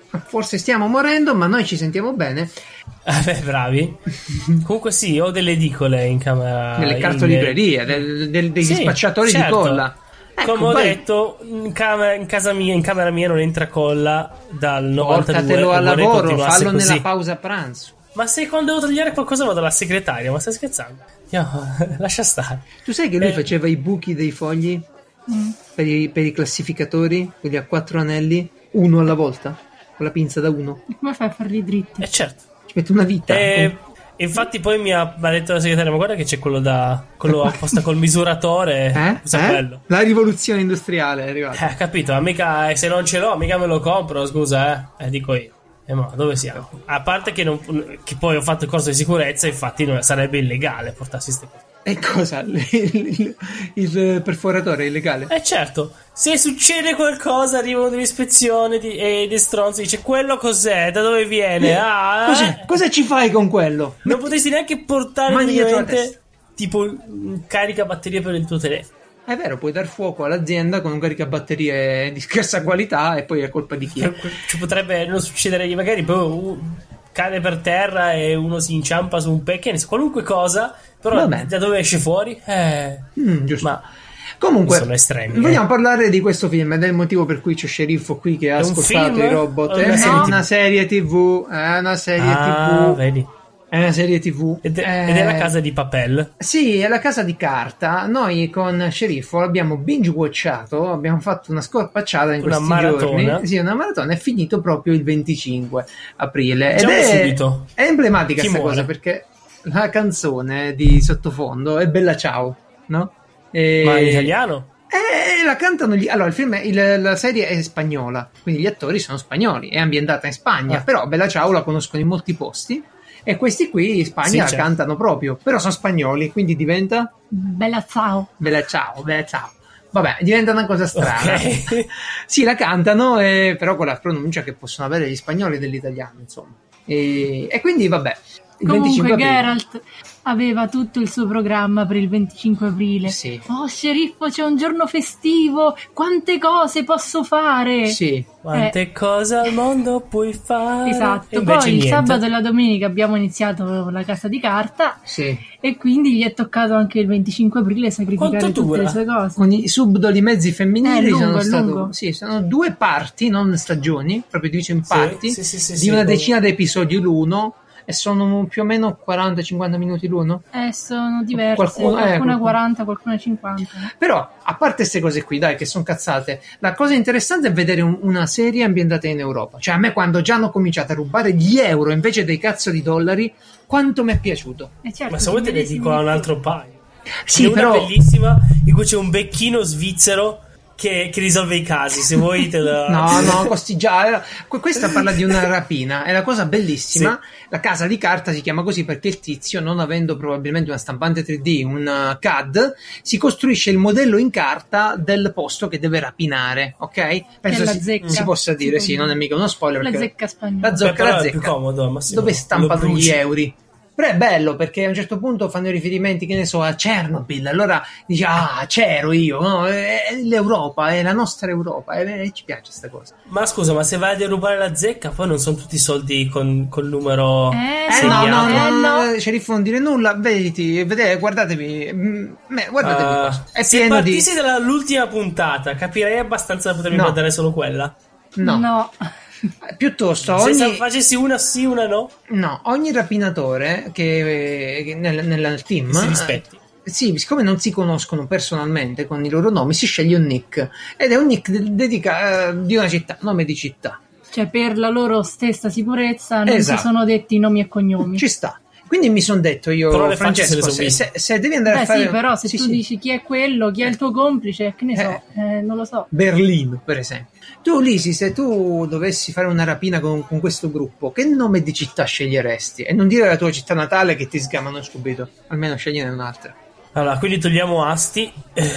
forse stiamo morendo, ma noi ci sentiamo bene. Eh beh, bravi. Comunque sì, ho delle edicole in camera. Nelle cartolibrerie, del, del, degli sì, spacciatori certo. di colla. Ecco, come ho poi... detto, in, camera, in casa mia, in camera mia non entra colla dal novantadue. Portatelo al lavoro, fallo così. Nella pausa pranzo. Ma se quando devo tagliare qualcosa vado alla segretaria, ma stai scherzando? Io, lascia stare. Tu sai che lui eh. faceva i buchi dei fogli mm. per, i, per i classificatori, quelli a quattro anelli, uno alla volta, con la pinza da uno. E come fai a farli dritti? Eh certo. Ci mette una vita. E, con... infatti poi mi ha, mi ha detto la segretaria, ma guarda che c'è quello da quello apposta col misuratore. Eh? Usa eh? quello. La rivoluzione industriale è arrivata. Eh, capito, ma mica, se non ce l'ho, mica me lo compro, scusa, eh. Eh, dico io. Eh, ma dove siamo? A parte che, non, che poi ho fatto il corso di sicurezza, infatti non, sarebbe illegale portarsi queste cose. E cosa? Il, il, il perforatore è illegale? Eh certo, se succede qualcosa arrivano dell'ispezione di, e dei stronzi dice quello cos'è, da dove viene? Ah, cos'è? Eh. Cosa ci fai con quello? Non potresti neanche portare direttamente tipo un caricabatterie per il tuo telefono. È vero, puoi dar fuoco all'azienda con un caricabatterie di scarsa qualità e poi è colpa di chi? Ci potrebbe non succedere, magari poi uh, cade per terra e uno si inciampa su un pecchio, qualunque cosa, però Vabbè. Da dove esce fuori? Eh, mm, giusto. Ma comunque sono estremi. Vogliamo eh. parlare di questo film ed è il motivo per cui c'è Sceriffo qui che ha è ascoltato i robot. È no. una serie tv, è una serie ah, tv. Vedi. È una serie tv ed è, eh, ed è la casa di papel. Sì, è la casa di carta. Noi con Sceriffo abbiamo binge watchato, abbiamo fatto una scorpacciata in una questi maratona. giorni. Sì, una maratona. È finito proprio il venticinque aprile Diciamo ed è, subito. È emblematica questa muore? cosa perché la canzone di sottofondo è Bella Ciao, no? E... Ma in italiano? Eh, la cantano gli... Allora, il film è, il, la serie è spagnola, quindi gli attori sono spagnoli, è ambientata in Spagna, ah. però Bella Ciao la conoscono in molti posti. E questi qui in Spagna sì, la certo. cantano proprio, però sono spagnoli, quindi diventa Bella ciao. Bella ciao, bella ciao. Vabbè, diventa una cosa strana. Okay. Sì, la cantano, eh, però con la pronuncia che possono avere gli spagnoli dell'italiano, insomma. E, e quindi vabbè. Il Comunque Geralt aveva tutto il suo programma per il venticinque aprile. Sì. Oh, Sceriffo, c'è un giorno festivo, quante cose posso fare? Sì. Quante eh. cose al mondo puoi fare? Esatto, poi niente. Il sabato e la domenica abbiamo iniziato la casa di carta. Sì. E quindi gli è toccato anche il venticinque aprile sacrificare Quanto tutte dura? le sue cose. Con i subdoli mezzi femminili è lungo, sono è stato, lungo. sì, sono due parti, non stagioni, proprio diviso in parti, sì, sì, sì, di sì, una sì, decina di episodi l'uno. E sono più o meno quaranta cinquanta minuti l'uno? Eh, sono diverse, qualcuno, qualcuna eh, qualcuno. quaranta, qualcuna cinquanta. Però, a parte queste cose qui, dai, che sono cazzate, la cosa interessante è vedere un, una serie ambientata in Europa. Cioè, a me quando già hanno cominciato a rubare gli euro invece dei cazzo di dollari, quanto mi è piaciuto. Eh certo, ma se vuoi te ne dico un altro paio. Sì, c'è però... una bellissima in cui c'è un becchino svizzero Che, che risolve i casi, se vuoi te la... no no costi già questa parla di una rapina, è la cosa bellissima. Sì. La casa di carta si chiama così perché il tizio, non avendo probabilmente una stampante tre D, un C A D, si costruisce il modello in carta del posto che deve rapinare, ok? Penso la si, zecca. si possa dire, sì, non è mica uno spoiler, la perché zecca spagnola, la zocca, Beh, la zecca è più comodo, ma sì, dove stampano gli euro. Però è bello perché a un certo punto fanno i riferimenti, che ne so, a Chernobyl. Allora dici, ah, c'ero io, no? È l'Europa, è la nostra Europa, e, e ci piace sta cosa. Ma scusa, ma se vai a derubare la zecca, poi non sono tutti soldi con col numero. Eh, eh no, no, no, eh, no. Sceriffo, non dire nulla. Vediti, vedete, guardatevi, me, guardatevi uh, cosa. È se pieno partissi di... dall'ultima puntata, capirei abbastanza da potermi no. guardare solo quella. No. No. Piuttosto se ogni... facessi una sì, una no. No, ogni rapinatore che, che nel, nel team si rispetti. Eh, sì, siccome non si conoscono personalmente con i loro nomi, si sceglie un nick ed è un nick de- dedica, uh, di una città, nome di città. Cioè per la loro stessa sicurezza non esatto. si sono detti nomi e cognomi. Ci sta. Quindi mi sono detto io, però Francesco, se, se, se devi andare Beh, a fare... sì, però se sì, tu sì. dici chi è quello, chi è il tuo complice, che ne so, Eh. eh, non lo so. Berlino, per esempio. Tu, Lisi, se tu dovessi fare una rapina con, con questo gruppo, che nome di città sceglieresti? E non dire la tua città natale che ti sgamano subito. Almeno scegliene un'altra. Allora, quindi togliamo Asti. Eh,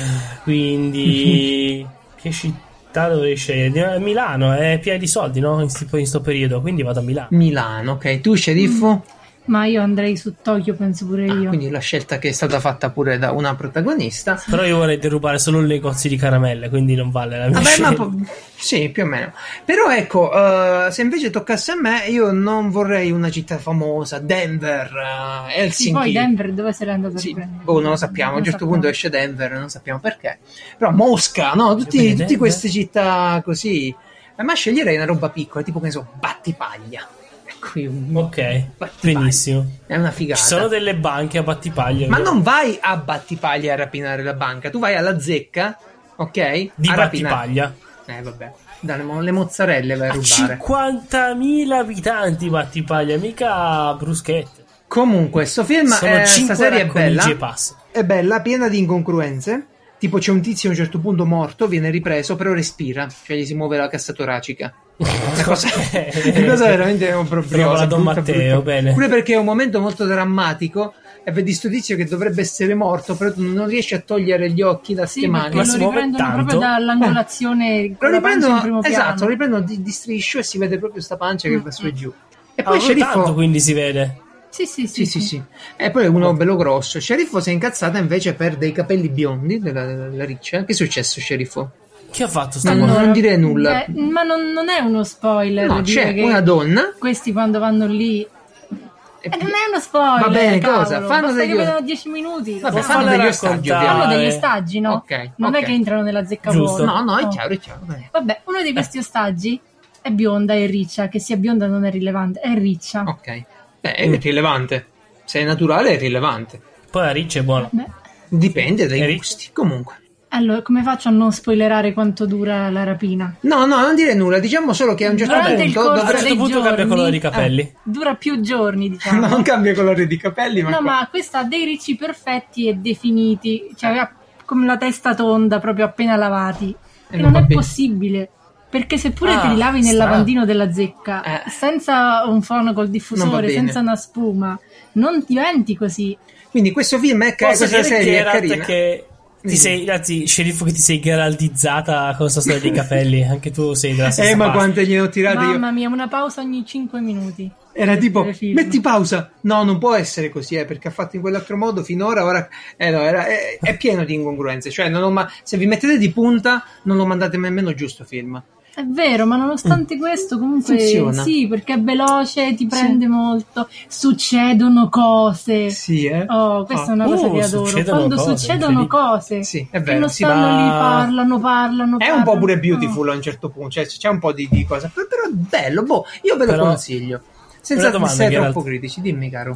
quindi... che città dovrei scegliere? Milano, è piena di soldi, no? In sto, in sto periodo, quindi vado a Milano. Milano, ok. Tu, sceriffo? Ma io andrei su Tokyo, penso pure io. Ah, quindi la scelta che è stata fatta pure da una protagonista. Sì. Però io vorrei derubare solo i negozi di caramelle, quindi non vale la mia Vabbè, scelta. ma po- sì, più o meno. Però ecco, uh, se invece toccasse a me, io non vorrei una città famosa, Denver, uh, Helsinki. Sì, poi Denver dove sarà andato a sì, riprendere? boh, non lo sappiamo. A un certo sappiamo. punto esce Denver, non sappiamo perché. Però Mosca, no? Tutti, tutte queste città così. Ma sceglierei una roba piccola, tipo che ne so, Battipaglia. Qui un... Ok, benissimo. È una figata. Ci sono delle banche a Battipaglia. Ma non vai a Battipaglia a rapinare la banca, tu vai alla zecca, ok? Di a Battipaglia. Rapinare. Eh vabbè, dalle le mozzarelle vai a rubare. cinquantamila abitanti Battipaglia, mica bruschette. Comunque, sto film, sono eh, sta serie è bella. E passa. È bella, piena di incongruenze. Tipo c'è un tizio a un certo punto morto, viene ripreso, però respira, cioè gli si muove la cassa toracica. Una cosa, una cosa veramente un problema. La Don Matteo, bene. Pure perché è un momento molto drammatico e vedi sto tizio che dovrebbe essere morto, però tu non riesci a togliere gli occhi da ste sì, mani. Ma lo riprendono proprio dall'angolazione. Eh. Lo riprendono, in primo esatto, piano. lo riprendono di, di striscio e si vede proprio sta pancia che mm-hmm. va su e giù. E poi ah, il sceriffo... tanto quindi si vede. Sì sì sì, sì, sì, sì. E poi uno bello grosso. Il sceriffo si è incazzata invece per dei capelli biondi della, della riccia. Che è successo, sceriffo? Che ha fatto sta no, cosa? Non dire nulla. Beh, ma non, non è uno spoiler. No, dire c'è che una donna. Questi quando vanno lì. E non è uno spoiler. Va bene, cavolo. cosa? Fanno Basta degli... che vedono dieci minuti. Vabbè, fanno degli ostaggi, Fanno degli ostaggi, no? Okay, non okay. è che entrano nella zecca Giusto. vuota. No, no, è oh. chiaro, è chiaro. Bene. Vabbè, uno di questi ostaggi è bionda e riccia. Che sia bionda non è rilevante, è riccia. Ok. Beh, è mm. rilevante. Se è naturale è rilevante. Poi la riccia è buona. Beh. Dipende dai gusti. Comunque. Allora, come faccio a non spoilerare quanto dura la rapina? No, no, non dire nulla. Diciamo solo che a un certo Durante punto... Il a un certo punto giorni, cambia colore di capelli. Eh, dura più giorni, diciamo. Non cambia colore di capelli, ma... No, qua... ma questa ha dei ricci perfetti e definiti. Cioè, aveva come la testa tonda, proprio appena lavati. E, e non, non è possibile. Perché seppure ah, ti rilavi nel strano. lavandino della zecca, eh. senza un fono col diffusore, senza una spuma, non diventi così. Quindi questo film è Posso questa serie è carina. Che ti sei, anzi, sceriffo, che ti sei geraldizzata con questa storia dei capelli. Anche tu sei della stessa Eh, ma parte. quante gliene ho tirate io. Mamma mia, una pausa ogni cinque minuti. Era tipo, metti pausa. No, non può essere così, eh, perché ha fatto in quell'altro modo finora. Ora eh, no, era, è, è pieno di incongruenze. Cioè, non ho ma- se vi mettete di punta, non lo mandate nemmeno giusto film. È vero, ma nonostante mm. questo comunque funziona. Sì, perché è veloce, ti prende sì. molto, succedono cose. Sì, eh. Oh, questa oh. è una cosa uh, che adoro. Quando cose, succedono cose, sì, è vero, che non sì, stanno ma... lì, parlano, parlano, È parlano. un po' pure Beautiful oh. a un certo punto, cioè c'è un po' di, di cosa, però, però è bello, boh, io ve lo però... consiglio. Senza domanda, essere troppo Geralt. critici, dimmi caro.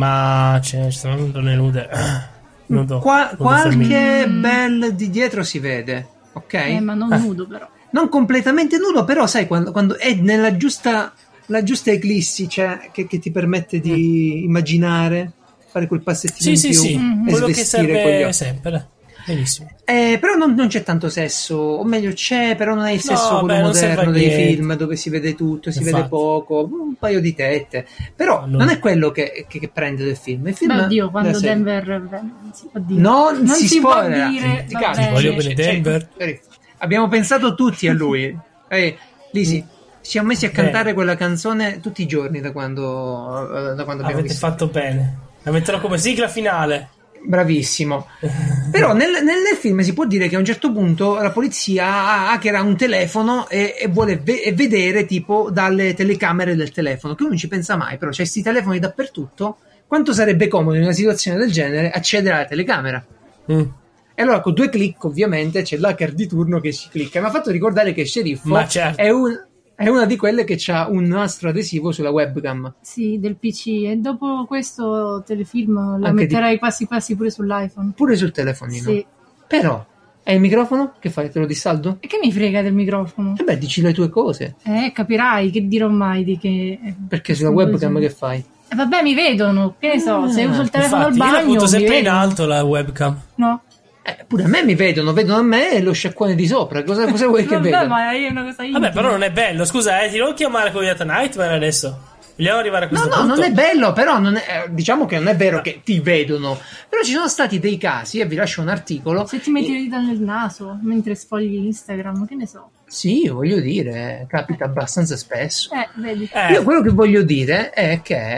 Ma c'è, ci sono nude nude. Nudo, Qua, nudo qualche bel di dietro si vede, ok? Eh, ma non ah. nudo però. Non completamente nudo, però sai quando, quando è nella giusta la giusta eclissi, cioè che, che ti permette di mm. immaginare, fare quel passettino sì, in sì, più sì. e quello che svestire serve con gli occhi. sempre. Benissimo. Eh, però non, non c'è tanto sesso, o meglio c'è, però non è il sesso no, quello beh, moderno dei niente. film dove si vede tutto, si Infatti. vede poco, un paio di tette, però allora. non è quello che, che, che prende del film. Il film Beh, oddio, quando serie. Denver non si può dire. No, non si, si può spoilerà. dire. Ti va cazzo, bene. voglio bene Denver. Cioè, abbiamo pensato tutti a lui. eh, Lisi, ci siamo messi a cantare bene. Quella canzone tutti i giorni da quando, da quando abbiamo Avete visto. fatto bene. La metterò come sigla finale. Bravissimo. Però nel, nel, nel film si può dire che a un certo punto la polizia hackera un telefono e, e vuole ve- e vedere tipo dalle telecamere del telefono, che uno non ci pensa mai, però c'è questi telefoni dappertutto. Quanto sarebbe comodo in una situazione del genere accedere alla telecamera? Mm. E allora con due clic ovviamente c'è l'hacker di turno che ci clicca. Mi ha fatto ricordare che Sceriffo Ma certo. è, un, è una di quelle che ha un nastro adesivo sulla webcam. Sì, del P C. E dopo questo telefilm lo Anche metterai di... passi passi pure sull'iPhone. Pure sul telefonino. Sì. Però, è il microfono? Che fai? Te lo dissaldo? E che mi frega del microfono? E beh, dici le tue cose. Eh, capirai, che dirò mai di che... Perché sulla webcam che fai? Eh, vabbè, mi vedono, che ne so, se uso il telefono Infatti, al bagno... io la butto sempre in vedono. alto la webcam. No. Eh, pure a me mi vedono, vedono a me e lo sciacquone di sopra. Cosa, cosa vuoi che Vabbè, vedano? ma è una cosa intima. Vabbè, però non è bello. Scusa, eh, ti devo chiamare con The Nightmare adesso. Vogliamo arrivare a questo no, no, punto? non è bello, però non è, diciamo che non è vero che ti vedono. Però ci sono stati dei casi, e vi lascio un articolo. Se ti metti e... le dita nel naso mentre sfogli Instagram, che ne so. Sì, voglio dire, capita abbastanza spesso. Eh, vedi. Eh. Io quello che voglio dire è che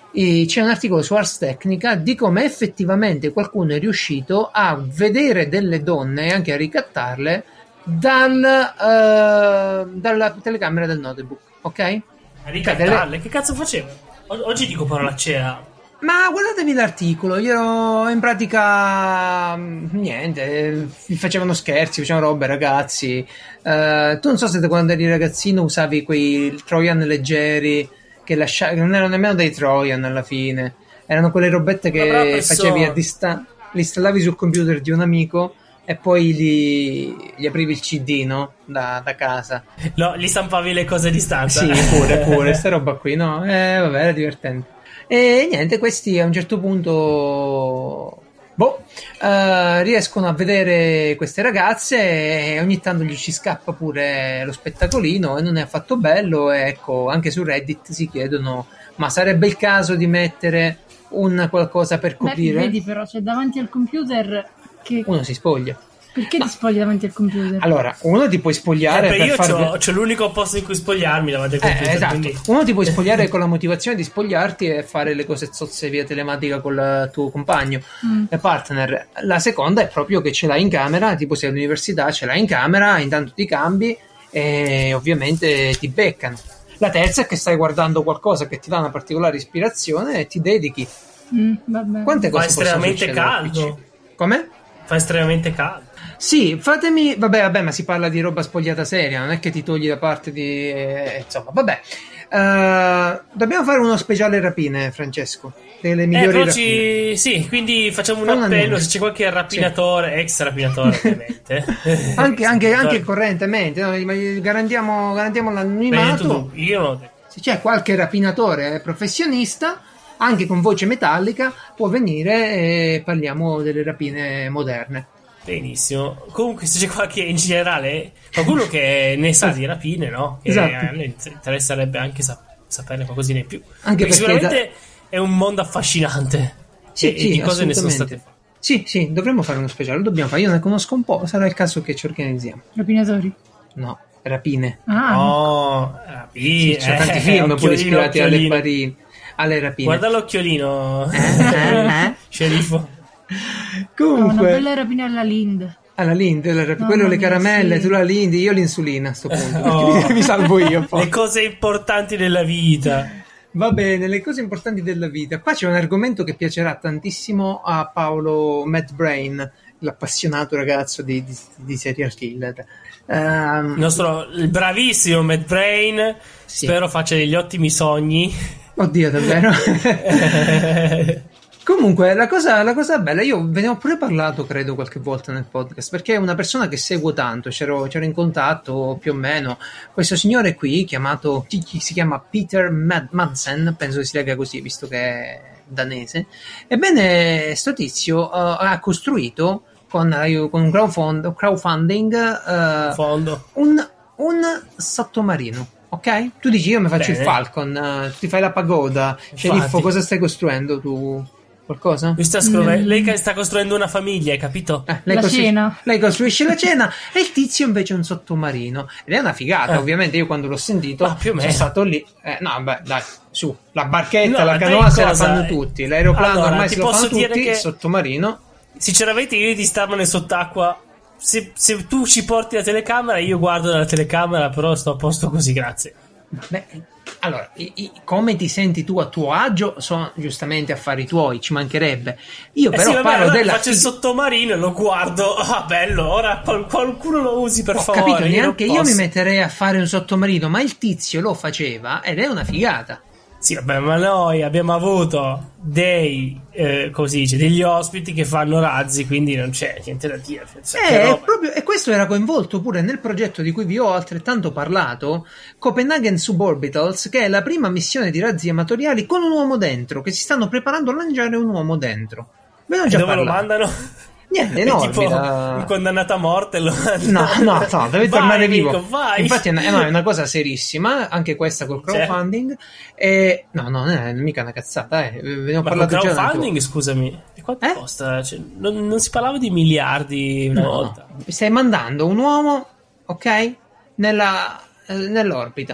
E c'è un articolo su Ars Technica di come effettivamente qualcuno è riuscito a vedere delle donne e anche a ricattarle dal, uh, dalla telecamera del notebook, ok? A ricattarle? Che cazzo faceva? Oggi dico parolaccia. Ma guardatevi l'articolo, io in pratica niente, facevano scherzi, facevano robe, ragazzi. Uh, tu non so se quando eri ragazzino usavi quei Trojan leggeri che, lascia- che non erano nemmeno dei Trojan alla fine, erano quelle robette che presso... facevi a distanza, li installavi sul computer di un amico e poi gli, gli aprivi il C D, no? Da, da casa. No, gli stampavi le cose a distanza. Sì, pure, pure, sta roba qui, no? Eh, vabbè, era divertente. E niente, questi a un certo punto boh, uh, riescono a vedere queste ragazze e ogni tanto gli ci scappa pure lo spettacolino e non è affatto bello. E ecco, anche su Reddit si chiedono: ma sarebbe il caso di mettere un qualcosa per coprire? Beh, vedi però, c'è davanti al computer che uno si spoglia. Perché ti spogli davanti al computer? Allora, uno ti puoi spogliare eh, per io far... c'ho, c'ho l'unico posto in cui spogliarmi davanti al computer. Eh, esatto. Quindi... Uno ti puoi spogliare con la motivazione di spogliarti e fare le cose zozze via telematica con il tuo compagno, mm. il partner. La seconda è proprio che ce l'hai in camera, tipo sei all'università, ce l'hai in camera, intanto ti cambi e ovviamente ti beccano. La terza è che stai guardando qualcosa che ti dà una particolare ispirazione e ti dedichi. Mm, vabbè. Quante cose Fa estremamente caldo. Come? Fa estremamente caldo. Sì, fatemi... Vabbè, vabbè, ma si parla di roba spogliata seria, non è che ti togli da parte di... Eh, insomma, vabbè. Uh, dobbiamo fare uno speciale rapine, Francesco. Delle migliori eh, rapine. Ci... Sì, quindi facciamo un Fa appello, se c'è qualche rapinatore, sì. ex rapinatore ovviamente. anche, anche, anche correntemente, no? garantiamo, garantiamo l'anonimato. Beh, io non... Se c'è qualche rapinatore professionista, anche con voce metallica, può venire e parliamo delle rapine moderne. Benissimo. Comunque, se c'è qualche in generale qualcuno che ne sa di rapine, no? Che esatto. a noi interesserebbe anche sap- saperne qualcosina in più. Anche perché, perché sicuramente da... è un mondo affascinante. Sì, e, sì, e di cose ne sono state fatte. Sì, sì, dovremmo fare uno speciale, lo dobbiamo fare. Io ne conosco un po', sarà il caso che ci organizziamo. Rapinatori? No, rapine. Ah, oh, rapine. Sì, c'è tanti eh, film pure ispirati alle, pari... alle rapine. Guarda l'occhiolino, eh, eh, eh. sceriffo. Comunque, oh, una bella rapina alla Lind. Alla Lind, no, quello le caramelle, sì. Tu la Lind, io l'insulina a sto punto. Oh. Mi salvo io. Poi. Le cose importanti della vita. Va bene, le cose importanti della vita. Qua c'è un argomento che piacerà tantissimo a Paolo Matt Brain, l'appassionato ragazzo di, di, di serial killer. Um, il nostro il bravissimo Matt Brain, sì. Spero faccia degli ottimi sogni. Oddio, davvero? Comunque, la cosa, la cosa bella, io ve ne ho pure parlato, credo, qualche volta nel podcast, perché è una persona che seguo tanto, c'ero, c'ero in contatto più o meno. Questo signore qui, chiamato, si chiama Peter Mad- Madsen, penso si legga così, visto che è danese. Ebbene, sto tizio uh, ha costruito con, uh, con un crowdfund, crowdfunding uh, Fondo. un, un sottomarino. Ok? Tu dici io mi faccio Bene. il Falcon, uh, ti fai la pagoda. Sceriffo, cosa stai costruendo tu? Qualcosa? Lui sta scru- mm. Lei sta costruendo una famiglia, hai capito? Eh, lei la costruisce, cena. Lei costruisce la cena e il tizio invece è un sottomarino. Ed è una figata, eh. ovviamente. Io quando l'ho sentito Ma più o meno. sono stato lì. Eh, no, beh, dai, su. La barchetta, no, la canoa se la cosa? fanno tutti. L'aeroplano allora, ormai se lo fanno tutti. Che, il sottomarino. Sinceramente, io di starmene sott'acqua. Se, se tu ci porti la telecamera, io guardo dalla telecamera, però sto a posto così, grazie. Beh, allora, i, i, come ti senti tu a tuo agio sono giustamente affari tuoi, ci mancherebbe. Io eh però sì, vabbè, parlo allora della faccio il sottomarino e lo guardo. Ah, bello, ora qualcuno lo usi per Ho favore. Ho capito, neanche io, io mi metterei a fare un sottomarino, ma il tizio lo faceva ed è una figata. Sì, vabbè, ma noi abbiamo avuto dei eh, così dice, degli ospiti che fanno razzi, quindi non c'è niente da dire. Eh, proprio, e questo era coinvolto pure nel progetto di cui vi ho altrettanto parlato, Copenhagen Suborbitals, che è la prima missione di razzi amatoriali con un uomo dentro, che si stanno preparando a lanciare un uomo dentro. Ve ne ho già dove parlato. Lo mandano? Niente, è no, tipo da... un condannato a morte lo... no, no, no, deve tornare vivo. Nico, vai. Infatti è una, è una cosa serissima, anche questa col crowdfunding. E... no, no, non è mica una cazzata, eh. Ve ne ho Ma parlato col già. Crowdfunding, scusami, e quanto eh? costa? Cioè, non, non si parlava di miliardi una no, volta. Stai mandando un uomo, ok, nella, eh, nell'orbita.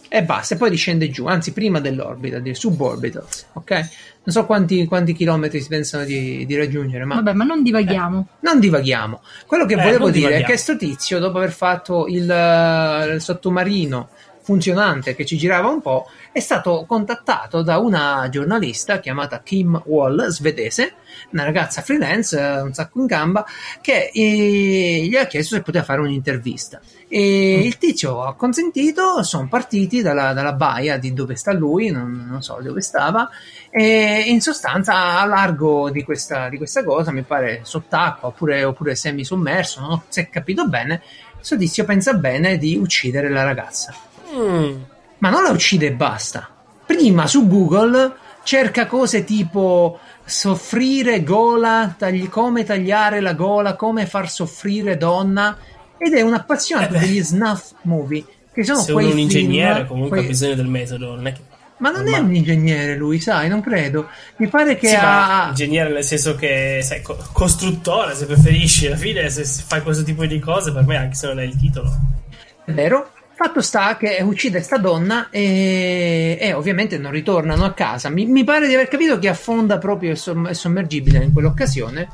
e basta, e poi riscende giù, anzi prima dell'orbita, di suborbitals, ok? Non so quanti, quanti chilometri si pensano di, di raggiungere, ma... Vabbè, ma non divaghiamo. Eh, non divaghiamo. Quello che eh, volevo dire divaghiamo. è che sto tizio, dopo aver fatto il, il sottomarino funzionante che ci girava un po', è stato contattato da una giornalista chiamata Kim Wall, svedese, una ragazza freelance, un sacco in gamba, che eh, gli ha chiesto se poteva fare un'intervista. E il tizio ha consentito, sono partiti dalla, dalla baia di dove sta lui, non, non so dove stava, e in sostanza a largo di questa, di questa cosa, mi pare sott'acqua oppure, oppure semisommerso, non ho, si è capito bene, questo tizio pensa bene di uccidere la ragazza. Mm. Ma non la uccide e basta. Prima su Google cerca cose tipo soffrire gola, tagli, come tagliare la gola, come far soffrire donna, ed è un appassionato eh degli snuff movie, che sono se quei uno è un ingegnere film, comunque quei... ha bisogno del metodo, non è che... Ma non ormai... è un ingegnere lui, sai, non credo. Mi pare che sì, ha... ma ingegnere nel senso che, sai, co- costruttore, se preferisci, alla fine se fai questo tipo di cose, per me anche se non è il titolo. È vero? Fatto sta che uccide sta donna e, e ovviamente non ritornano a casa. Mi, mi pare di aver capito che affonda proprio il, som- il sommergibile in quell'occasione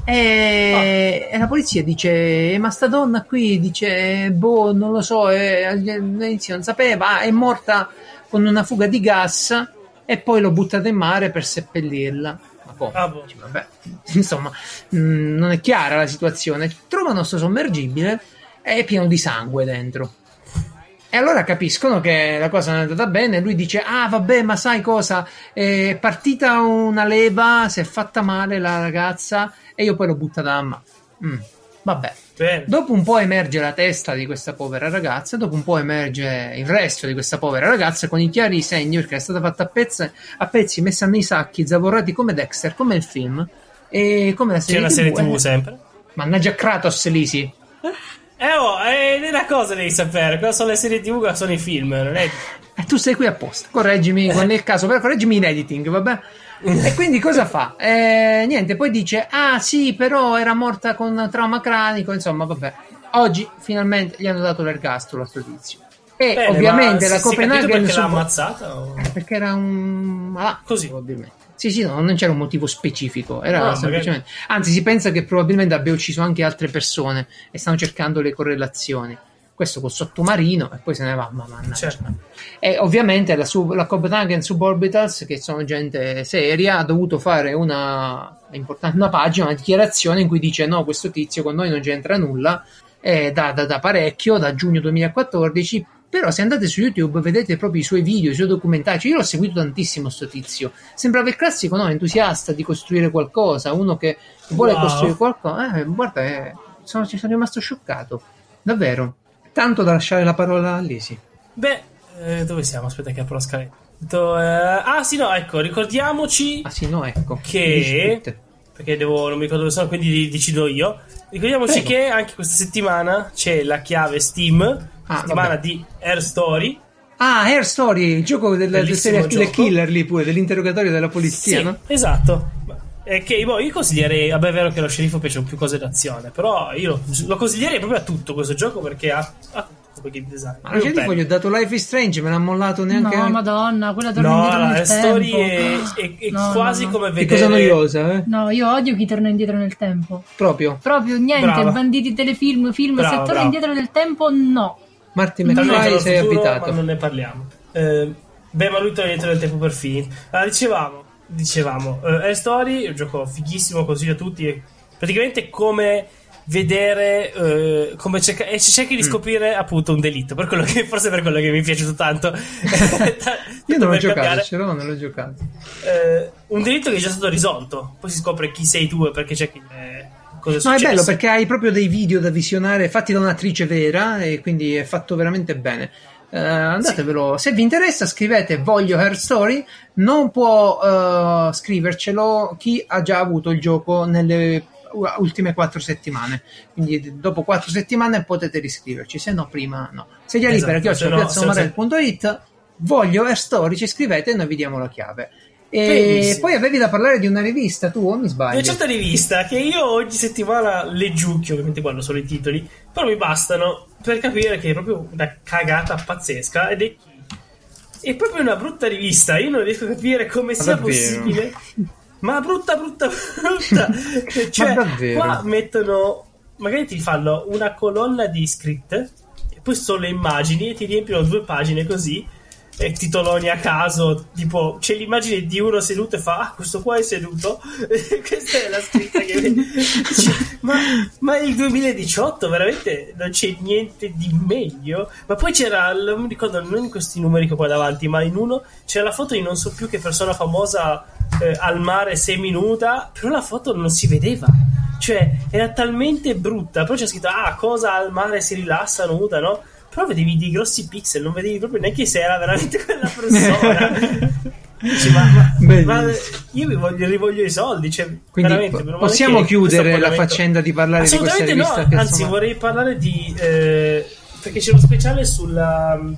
e, oh. e la polizia dice: ma sta donna qui, dice, boh, non lo so, eh, all'inizio non sapeva, è morta con una fuga di gas e poi l'ho buttata in mare per seppellirla. Ma come? Ah, boh. Dice, vabbè, insomma, mh, non è chiara la situazione. Trovano sto sommergibile e è pieno di sangue dentro. E allora capiscono che la cosa non è andata bene. Lui dice: ah, vabbè, ma sai cosa? È partita una leva, si è fatta male la ragazza e io poi l'ho buttata a mano. Mm, vabbè. Bene. Dopo un po' emerge la testa di questa povera ragazza, dopo un po' emerge il resto di questa povera ragazza con i chiari segni, perché è stata fatta a pezzi, a pezzi messa nei sacchi, zavorrati come Dexter, come il film e come la serie C'è una serie tivù sempre. Mannaggia Kratos, Lisi. Eh oh, è una cosa devi sapere, cosa sono le serie tivù, cosa sono i film, non è... E tu sei qui apposta, correggimi eh. nel caso, però correggimi in editing, vabbè? E quindi cosa fa? Eh, niente, poi dice: ah sì, però era morta con trauma cranico, insomma, vabbè. Oggi finalmente gli hanno dato l'ergastolo a sto tizio. E Bene, ovviamente la si, Copenaghen... perché su... l'ha ammazzata? O... Eh, perché era un... malato, così. Probabilmente. Sì, sì, no, non c'era un motivo specifico, era no, semplicemente... magari... Anzi, si pensa che probabilmente abbia ucciso anche altre persone e stanno cercando le correlazioni. Questo col sottomarino e poi se ne va, ma mannaggia. Certo. E ovviamente la, sub, la Copenhagen Suborbitals, che sono gente seria, ha dovuto fare una importante una pagina, una dichiarazione in cui dice: no, questo tizio con noi non c'entra nulla, eh, da, da, da parecchio, da giugno duemilaquattordici. Però se andate su YouTube vedete proprio i suoi video, i suoi documentari. Cioè, io l'ho seguito tantissimo sto tizio, sembrava il classico, no, entusiasta di costruire qualcosa, uno che vuole wow. costruire qualcosa. Eh, guarda, eh, sono, ci sono rimasto scioccato, davvero. Tanto da lasciare la parola a Lisi. Beh, eh, dove siamo? Aspetta che apro la scaletta. Do, eh, ah sì, no, ecco, ricordiamoci ah sì, no, ecco che perché devo, non mi ricordo dove sono, quindi decido io. Ricordiamoci Prego. Che anche questa settimana c'è la chiave Steam, ah, settimana vabbè. Di Her Story. Ah, Her Story, il gioco del, del serial killer, killer lì pure, dell'interrogatorio della polizia, sì, no? Esatto. Eh, che boh, io consiglierei, vabbè, è vero che lo sceriffo piacciono più cose d'azione, però io lo consiglierei proprio a tutto questo gioco perché ha, ha tutto quel game design. Ma lo sceriffo gli ho dato Life is Strange, me l'ha mollato neanche. No, madonna, quella torna no, indietro la nel story tempo. è, è, è no, quasi no, no. come vedere. Che cosa noiosa, eh? No, io odio chi torna indietro nel tempo. Proprio? Proprio niente, brava. Banditi, telefilm, film, brava, se torna brava. indietro nel tempo, no. Marty McFly sei abitato. Ma non ne parliamo. Eh, beh, ma lui torna indietro nel tempo per fine. Allora, dicevamo. Dicevamo, uh, Her Story è un gioco fighissimo, consiglio a tutti. Praticamente come vedere, uh, come cerca- e cerchi di scoprire mm. appunto un delitto. Per quello che, forse per quello che mi è piaciuto tanto. Io non l'ho giocato, ce l'ho, non l'ho giocato. Uh, un delitto che è già stato risolto. Poi si scopre chi sei tu e perché cerchi. Eh, cosa è no, successo. è bello perché hai proprio dei video da visionare fatti da un'attrice vera e quindi è fatto veramente bene. Uh, andatevelo, sì. Se vi interessa scrivete voglio Her Story, non può uh, scrivercelo chi ha già avuto il gioco nelle ultime quattro settimane, quindi dopo quattro settimane potete riscriverci, se no prima no, se già libera esatto, chiocciola piazza umarell punto it voglio Her Story, ci scrivete e noi vi diamo la chiave. E Benissimo. Poi avevi da parlare di una rivista, tu o mi sbaglio? Una certa rivista che io ogni settimana leggiucchio, ovviamente quando sono i titoli, però mi bastano per capire che è proprio una cagata pazzesca ed è è proprio una brutta rivista. Io non riesco a capire come sia davvero? possibile, ma brutta brutta brutta. Cioè, ma davvero? Qua mettono, magari ti fanno una colonna di scritte e poi solo immagini e ti riempiono due pagine così e titoloni a caso, tipo c'è l'immagine di uno seduto e fa ah, questo qua è seduto. Questa è la scritta che vedi. Cioè, ma, ma è il duemiladiciotto, veramente non c'è niente di meglio. Ma poi c'era, non mi ricordo, non in questi numeri che ho qua davanti, ma in uno c'era la foto di non so più che persona famosa eh, al mare seminuda, però la foto non si vedeva, cioè era talmente brutta. Poi c'è scritto ah, cosa al mare si rilassa nuda, no? Però vedevi dei grossi pixel, non vedevi proprio neanche se era veramente quella persona. Dici, ma, ma, ma io mi voglio, rivoglio i soldi, cioè, quindi veramente, po- possiamo chiudere la faccenda di parlare di questa rivista? No, che anzi insomma... vorrei parlare di eh, perché c'è uno speciale sulla mm.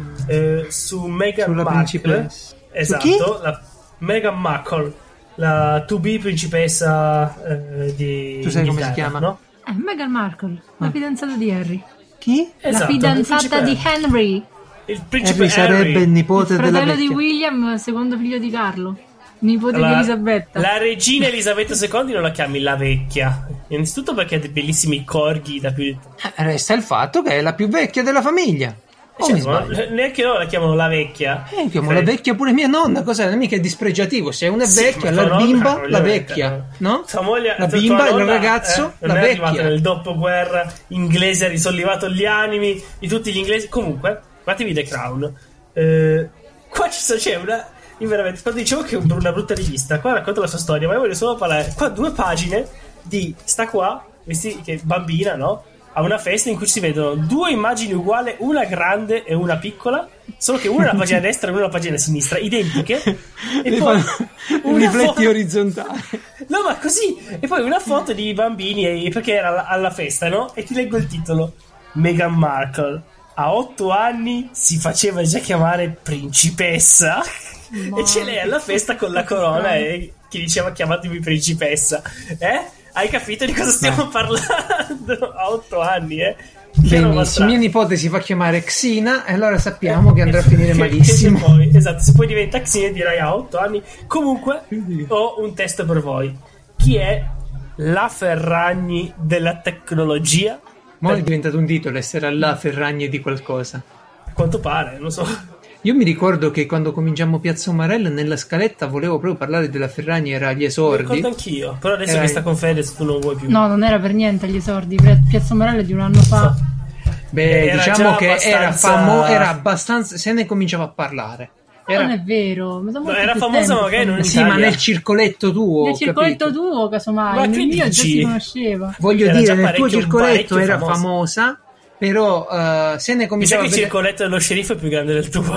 eh, su Meghan Markle, esatto, su la Meghan Markle, la to be principessa eh, di tu sai Inghilterra, come si chiama? No? Eh, Meghan Markle, la fidanzata di Harry. Chi? Esatto, la fidanzata di Henry. Il principe Harry sarebbe Harry. il nipote Il della fratello vecchia. di William, secondo figlio di Carlo, nipote la, di Elisabetta. La regina Elisabetta seconda non la chiami la vecchia, innanzitutto perché ha dei bellissimi corghi da più di... Eh, resta il fatto che è la più vecchia della famiglia. Oh, cioè, mi sbaglio? ma neanche loro la chiamano la vecchia. Eh, chiamo la vecchia pure mia nonna, cos'è? Mica è dispregiativo. Se una è Sì, vecchia, ma la tua bimba, nonna, la ovviamente, vecchia, no? Tua moglie, la tua bimba, nonna, il ragazzo, eh, la non è arrivata vecchia. nel dopoguerra inglese, ha risollevato gli animi di tutti gli inglesi. Comunque, guardatevi The Crown. Eh, qua ci sono, c'è una... Io veramente, quando dicevo che è una brutta rivista, qua racconto la sua storia, ma io voglio solo parlare. Qua due pagine di sta qua, vesti, che bambina, no? A una festa in cui si vedono due immagini uguali, una grande e una piccola, solo che una è la pagina destra e una è la pagina sinistra, identiche, e Le poi fanno rifletti fo- orizzontali. no, ma così, e poi una foto di bambini e- perché era alla, alla festa, no? E ti leggo il titolo: Meghan Markle a otto anni si faceva già chiamare principessa. Ma... e c'è lei alla festa con la corona e chi diceva chiamatemi principessa, eh? Hai capito di cosa stiamo Beh. parlando? A otto anni, eh? Benissimo, mia nipote si fa chiamare Xina e allora sappiamo eh, che andrà a finire che, malissimo. Che poi, esatto, se poi diventa Xina dirai a otto anni. Comunque, ho un test per voi. Chi è la Ferragni della tecnologia? Ma per... è diventato un titolo essere la Ferragni di qualcosa. A quanto pare, non so. Io mi ricordo che quando cominciamo Piazza Umarella nella scaletta volevo proprio parlare della Ferragni, era agli esordi. Mi ricordo anch'io, però adesso era... che sta con Fedez tu non vuoi più. No, non era per niente agli esordi, Piazza Umarella di un anno fa. Beh, era diciamo che abbastanza... era famoso, era abbastanza, se ne cominciava a parlare. Era... non è vero, no, era famosa ma magari non in Sì, ma nel circoletto tuo. Nel circoletto capito? tuo, casomai. Ma nel mio già si conosceva. Voglio era dire, nel tuo circoletto era famosa, famosa però uh, se ne cominciava mi sa che a il circoletto dello sceriffo è più grande del tuo.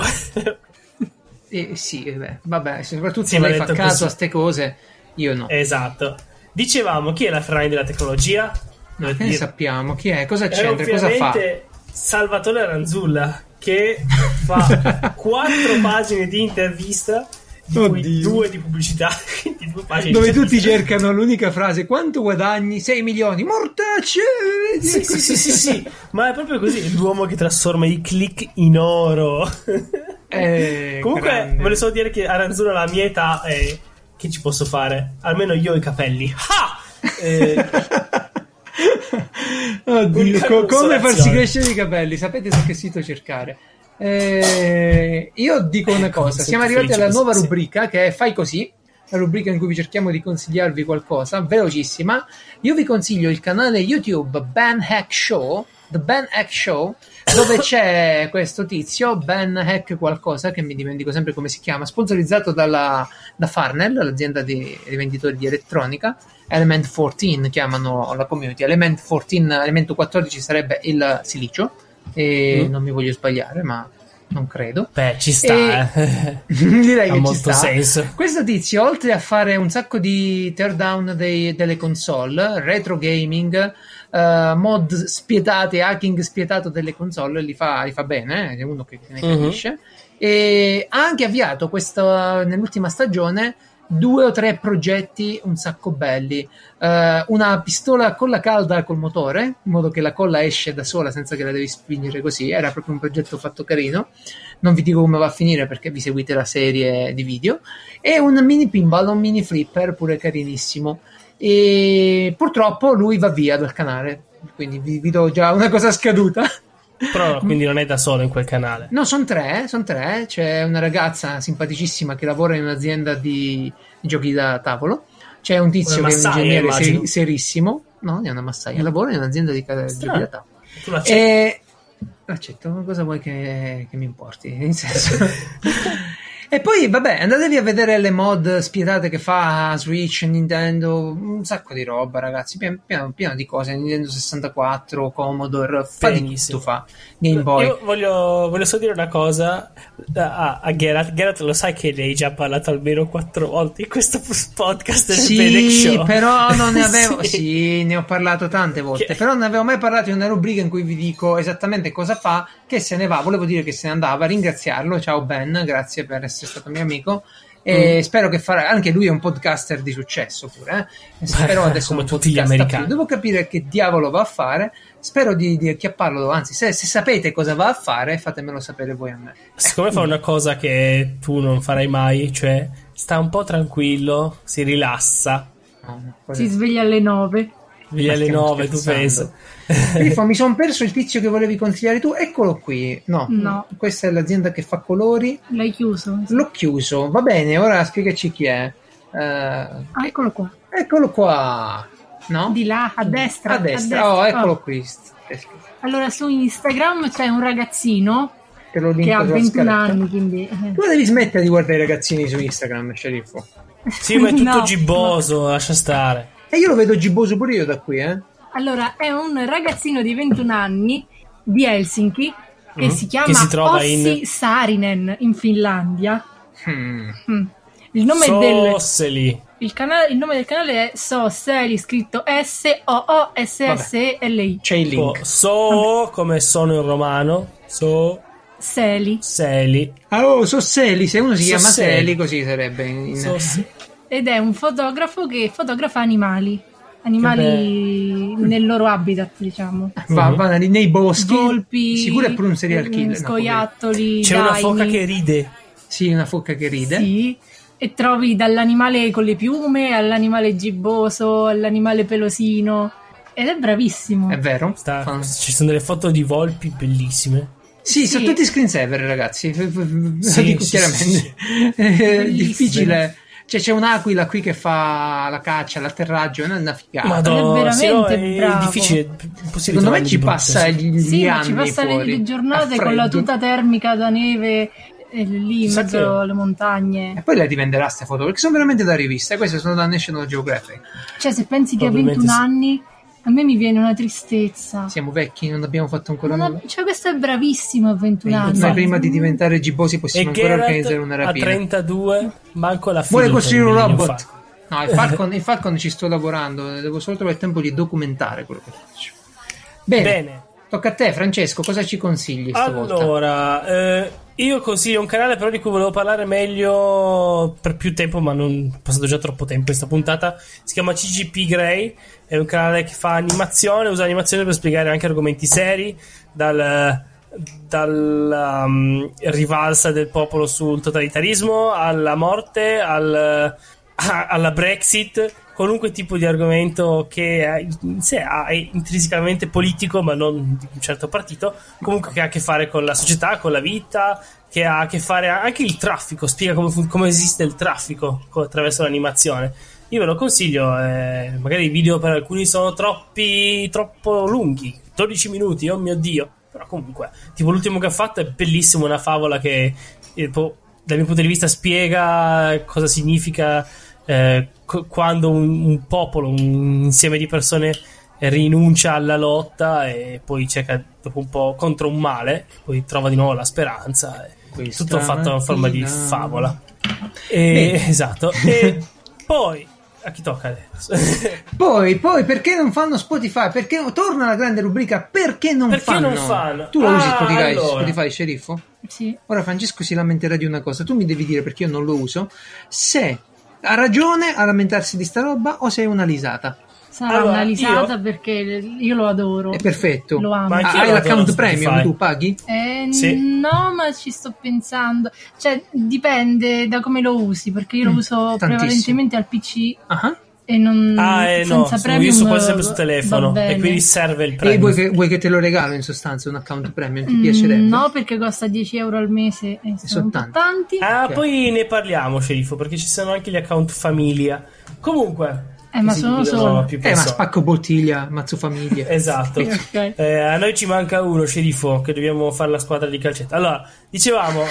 Eh, sì, beh, vabbè, soprattutto sì, se lei fa caso così. A ste cose, io no. Esatto. Dicevamo, chi è la Ferragni della tecnologia? No, che ne sappiamo, chi è? Cosa c'entra? Cosa fa? Salvatore Aranzulla, che fa quattro pagine di intervista, di cui due di pubblicità, di due pagine dove tutti cercano l'unica frase: quanto guadagni? sei milioni, mortacci! Sì, sì, sì, sì, sì, ma è proprio così, l'uomo che trasforma i click in oro. Eh, comunque grande. volevo solo dire che Aranzulla alla mia età eh, che ci posso fare? Almeno io ho i capelli. Ah! Eh, Oddio, co- come farsi crescere i capelli? Sapete su che sito cercare? Eh, io dico una cosa: siamo arrivati alla nuova rubrica che è Fai Così, la rubrica in cui vi cerchiamo di consigliarvi qualcosa, velocissima. Io vi consiglio il canale YouTube Ben Hack Show, The Ben Hack Show, dove c'è questo tizio Ben Hack qualcosa che mi dimentico sempre come si chiama, sponsorizzato dalla, da Farnell, l'azienda di, di venditori di elettronica. Element quattordici chiamano la community. Element quattordici, elemento quattordici sarebbe il silicio e mm. non mi voglio sbagliare, ma non credo. Beh, ci sta, e... eh. direi ha che molto ci sta. Senso. Questo tizio, oltre a fare un sacco di teardown dei, delle console, retro gaming, uh, mod spietate, hacking spietato delle console, li fa, li fa bene, è uno che ne capisce. Mm-hmm. E ha anche avviato questa, nell'ultima stagione due o tre progetti un sacco belli, uh, una pistola a colla calda col motore, in modo che la colla esce da sola senza che la devi spingere così, era proprio un progetto fatto carino, non vi dico come va a finire perché vi seguite la serie di video, e un mini pinball, un mini flipper pure carinissimo, e purtroppo lui va via dal canale, quindi vi, vi do già una cosa scaduta. Però quindi non è da solo in quel canale. No, sono tre, sono tre. C'è una ragazza simpaticissima che lavora in un'azienda di, di giochi da tavolo. C'è un tizio che è un ingegnere seri, serissimo. No, non è una massaia, mm. lavora in un'azienda di giochi da tavolo. Tu l'accetti? E... L'accetto, cosa vuoi che, che mi importi? In senso... E poi, vabbè, andatevi a vedere le mod spietate che fa Switch, Nintendo, un sacco di roba, ragazzi, pieno, pieno, pieno di cose, Nintendo sessantaquattro, Commodore, fa di tutto, fa Game Boy. Io voglio, voglio solo dire una cosa a, a Geralt. Geralt, lo sai che ne hai già parlato almeno quattro volte in questo podcast del sì, Panic Show? Però non ne avevo, sì. sì, ne ho parlato tante volte, che... però non avevo mai parlato di una rubrica in cui vi dico esattamente cosa fa, che se ne va, volevo dire che se ne andava, ringraziarlo, ciao Ben, grazie per essere è stato mio amico e mm. spero che farà, anche lui è un podcaster di successo pure, eh? Spero adesso come un tutti gli americani. Devo capire che diavolo va a fare, spero di, di acchiapparlo, anzi se, se sapete cosa va a fare fatemelo sapere voi a me. Siccome eh, fa una cosa che tu non farai mai, cioè sta un po' tranquillo, si rilassa, no, si sveglia alle nove sveglia alle nove, tu pensa. Rifo, mi sono perso il tizio che volevi consigliare tu, eccolo qui. No, no, questa è l'azienda che fa colori. L'hai chiuso? L'ho chiuso, va bene, ora spiegaci chi è. Uh, ah, eccolo qua. Eccolo qua. No? Di là, a destra. A destra, a destra. Oh, eccolo oh. qui. Allora, su Instagram c'è un ragazzino che ha ventuno anni, quindi... Tu devi smettere di guardare i ragazzini su Instagram, sceriffo. Sì, ma è tutto no, gibboso, no. lascia stare. E io lo vedo gibboso pure io da qui, eh. Allora, è un ragazzino di ventuno anni di Helsinki che mm. si chiama che si trova Ossi in... Saarinen in Finlandia. Hmm. Mm. Il nome Sosseli. del il, canale, il nome del canale è Sosseli, scritto S O O S S E L I. C'è il link. So come sono in romano. So Seli. Seli. Ah, oh, Sosseli, se uno si Sosseli. chiama Seli così sarebbe in... Sosseli. Ed è un fotografo che fotografa animali. Animali nel loro habitat, diciamo. Va, va nei boschi. Volpi, sicuro è pure un serial killer. Scoiattoli. No, c'è daini. una foca che ride. Sì, una foca che ride. Sì. E trovi dall'animale con le piume all'animale gibboso, all'animale pelosino. Ed è bravissimo. È vero. Sta, Fa... Ci sono delle foto di volpi bellissime. Sì, sì, sono tutti screensaver, ragazzi. Sì, dico sì, chiaramente. Sì, sì. È difficile. Cioè, c'è un'aquila qui che fa la caccia, l'atterraggio, non è una figata. Madonna, è veramente sì, no, è bravo. difficile. Secondo me ci passa gli, gli sì, anni ci passa fuori, le giornate con la tuta termica da neve e lì in Sa mezzo che... alle montagne. E poi lei ti venderà queste foto perché sono veramente da rivista. Queste sono da National Geographic. Cioè, se pensi che ha ventuno sì. anni, a me mi viene una tristezza. Siamo vecchi, non abbiamo fatto ancora non nulla. Ha... Cioè, questo è bravissimo a ventuno anni. Noi prima di diventare gibbosi possiamo e ancora Geralt organizzare una rapina. A trentadue, manco la fine. Vuole costruire un robot? No, il Falcon, il Falcon ci sto lavorando, devo solo trovare il tempo di documentare quello che faccio. Bene, Bene. Tocca a te, Francesco, cosa ci consigli stavolta? Allora, eh, io consiglio un canale però di cui volevo parlare meglio per più tempo, ma non è passato già troppo tempo questa puntata. Si chiama C G P Grey, è un canale che fa animazione, usa animazione per spiegare anche argomenti seri, dal... dalla um, rivalsa del popolo sul totalitarismo alla morte, al, a, alla Brexit, qualunque tipo di argomento che è, in sé è intrinsecamente politico ma non di un certo partito, comunque che ha a che fare con la società, con la vita, che ha a che fare anche il traffico, spiega come, come esiste il traffico attraverso l'animazione. Io ve lo consiglio, eh, magari i video per alcuni sono troppi troppo lunghi, dodici minuti, oh mio Dio. Però comunque, tipo l'ultimo che ha fatto è bellissimo, una favola che eh, dal mio punto di vista spiega cosa significa eh, co- quando un, un popolo, un insieme di persone rinuncia alla lotta e poi cerca dopo un po' contro un male, poi trova di nuovo la speranza, e tutto fatto in forma di favola. E, esatto. E poi a chi tocca adesso? poi, poi perché non fanno Spotify? Perché torna la grande rubrica perché non perché fanno? non fanno? Tu lo ah, usi Spotify, allora. Spotify, sceriffo? Sì. Ora Francesco si lamenterà di una cosa, tu mi devi dire perché io non lo uso. Se ha ragione a lamentarsi di sta roba o sei una lisata? Sarà allora, una risata io... perché io lo adoro. È perfetto. Lo amo. Ma hai l'account premium, tu paghi? Eh, sì. No, ma ci sto pensando. Cioè, dipende da come lo usi, perché io lo uso mm, prevalentemente al P C. Uh-huh. E non ah, eh, senza no, premium, io uso quasi sempre su telefono e quindi serve il premium. E vuoi che, vuoi che te lo regalo in sostanza un account premium? Ti piacerebbe? No, perché costa dieci euro al mese e sono un po' tanti. Ah, okay. Poi ne parliamo, sceriffo, perché ci sono anche gli account famiglia. Comunque Eh, ma sono solo più eh, ma spacco bottiglia, mazzo famiglia. Esatto. Okay. Eh, a noi ci manca uno, sceriffo, che dobbiamo fare la squadra di calcetto. Allora, dicevamo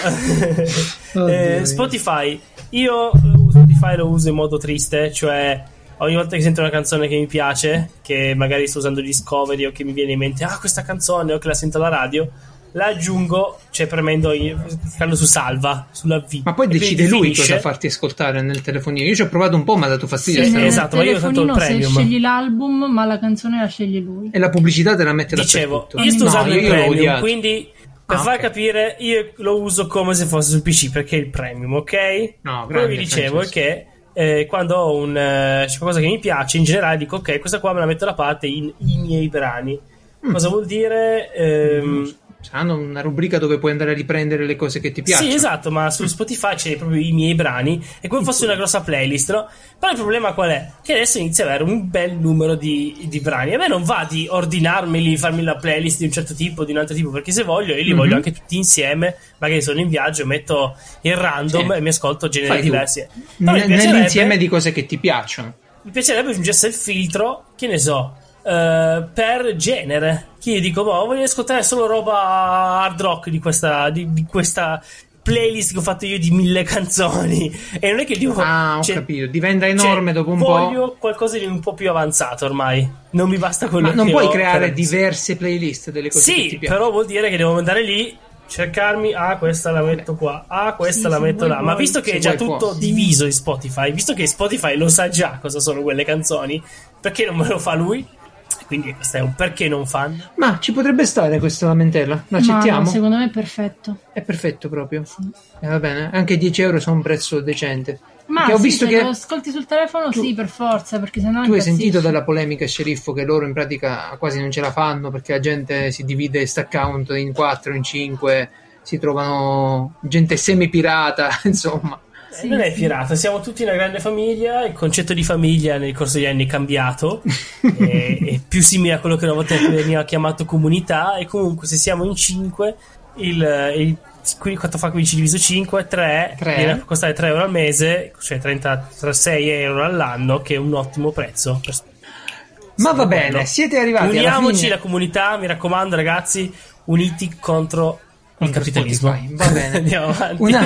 eh, Spotify. Io Spotify lo uso in modo triste, cioè ogni volta che sento una canzone che mi piace, che magari sto usando Discovery o che mi viene in mente ah questa canzone o che la sento alla radio, la aggiungo, cioè premendo cliccando su salva sulla V. Ma poi decide lui finisce. Cosa farti ascoltare nel telefonino. Io ci ho provato un po', mi ha dato fastidio. Sì, esatto, ma io ho tanto il premium. Se scegli l'album, ma la canzone la sceglie lui. E la pubblicità te la mette da Dicevo, io sto no, usando io il premium, quindi per ah, far okay. capire io lo uso come se fosse sul P C perché è il premium, ok? No, quello che vi dicevo Francesco. È che Eh, quando ho un eh, c'è qualcosa che mi piace, in generale dico ok, questa qua me la metto da parte in i miei brani. Mm. Cosa vuol dire? Ehm, hanno una rubrica dove puoi andare a riprendere le cose che ti piacciono. Sì, esatto, ma su Spotify c'è proprio i miei brani, è come fosse una grossa playlist, no? Però il problema qual è? Che adesso inizia ad avere un bel numero di, di brani. A me non va di ordinarmeli, farmi la playlist di un certo tipo, di un altro tipo, perché se voglio io li mm-hmm. voglio anche tutti insieme. Magari sono in viaggio, metto il random sì. e mi ascolto generi Fai diversi. N- nell'insieme di cose che ti piacciono. Mi piacerebbe aggiungesse il filtro, che ne so, Uh, per genere, che io dico boh, voglio ascoltare solo roba hard rock di questa, di, di questa playlist che ho fatto io di mille canzoni e non è che dico ah ho cioè, capito, diventa enorme cioè, dopo un voglio po'. Voglio qualcosa di un po' più avanzato ormai, non mi basta quello ma che non puoi ho, creare diverse playlist delle cose sì, che ti piacciono. Però vuol dire che devo andare lì, cercarmi ah questa la metto qua, ah questa sì, la metto là, vuoi, ma visto che è già tutto può. diviso in Spotify, visto che Spotify lo sa già cosa sono quelle canzoni, perché non me lo fa lui? Quindi questo è un perché non fan. Ma ci potrebbe stare questa lamentela, l'accettiamo? No, secondo me è perfetto. È perfetto proprio. Sì. Eh, va bene, anche dieci euro sono un prezzo decente. Ma sì, ho visto se che lo ascolti sul telefono tu, sì, per forza, perché sennò tu hai sentito della polemica, sceriffo, che loro in pratica quasi non ce la fanno perché la gente si divide sta account in quattro, in cinque, si trovano gente semi-pirata, insomma. Sì, non è pirata, siamo tutti una grande famiglia. Il concetto di famiglia nel corso degli anni è cambiato è, è più simile a quello che una volta veniva chiamato comunità. E comunque se siamo in cinque il, il quanto fa quindici diviso cinque? tre viene a costare tre euro al mese, cioè trentasei euro all'anno, che è un ottimo prezzo per... Ma va bene, quello. Siete arrivati uniamoci alla fine. La comunità, mi raccomando ragazzi, uniti contro il capitalismo. Spotify. Va bene. Andiamo avanti. Una...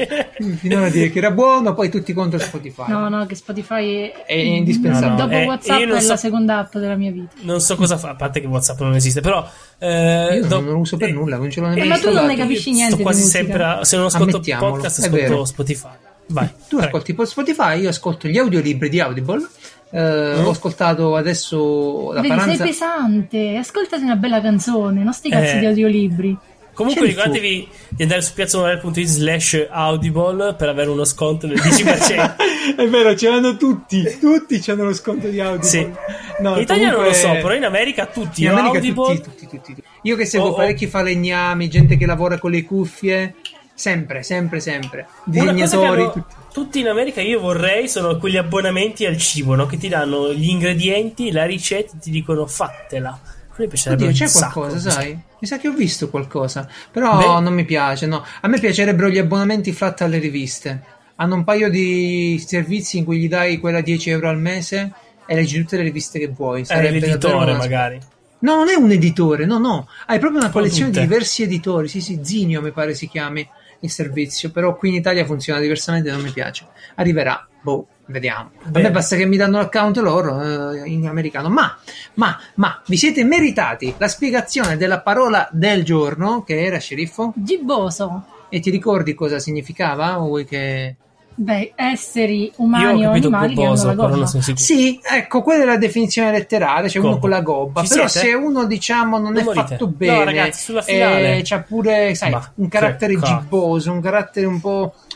Finora a dire che era buono, poi tutti contro Spotify. No, no, che Spotify è, è indispensabile. No, no. Dopo eh, WhatsApp è so... la seconda app della mia vita. Non so cosa fa, a parte che WhatsApp non esiste, però eh, io do... non lo uso per nulla, non ce l'ho nemmeno eh, ma tu non ne capisci niente. Sto quasi di sempre a... se non ascolto podcast ascolto Spotify. Vai. Tu prego. Ascolti Spotify, io ascolto gli audiolibri di Audible. Uh, mm. Ho ascoltato adesso la Vedi, Paranza. Sei pesante, ascoltati una bella canzone, non sti cazzi eh. di audiolibri. Comunque ricordatevi di andare su piazza punto it slash audible per avere uno sconto del dieci per cento. È vero, ce l'hanno tutti, tutti c'hanno lo sconto di Audible. Sì. No, in Italia comunque... non lo so, però in America tutti. In America Audible... tutti, tutti, tutti, tutti. Io che seguo oh, parecchi falegnami, gente che lavora con le cuffie, sempre, sempre, sempre. Disegnatori, hanno... tutti. Tutti in America io vorrei sono quegli abbonamenti al cibo, no? Che ti danno gli ingredienti, la ricetta, ti dicono fatela. Mi piacerebbe. Oddio, c'è sacco, qualcosa, sai? Mi sa che ho visto qualcosa, però Beh. non mi piace, no. A me piacerebbero gli abbonamenti flat alle riviste. Hanno un paio di servizi in cui gli dai quella dieci euro al mese e leggi tutte le riviste che vuoi. È l'editore magari. No, non è un editore, no, no. Hai proprio una collezione tutte. di diversi editori. Sì, sì, Zinio mi pare si chiami il servizio, però qui in Italia funziona diversamente, non mi piace. Arriverà, boh, vediamo. Beh. A me basta che mi danno l'account loro eh, in americano. Ma, ma, ma vi siete meritati la spiegazione della parola del giorno, che era, sceriffo? Gibboso. E ti ricordi cosa significava? O vuoi che... Beh, esseri umani o animali che hanno la gobba. Sì, ecco, quella è la definizione letterale, c'è cioè uno con la gobba. Ci però siete? Se uno, diciamo, non, non è morite. Fatto bene, no, ragazzi, sulla finale eh, c'ha pure, sai, Ma un carattere ca- gibboso, un carattere un po'...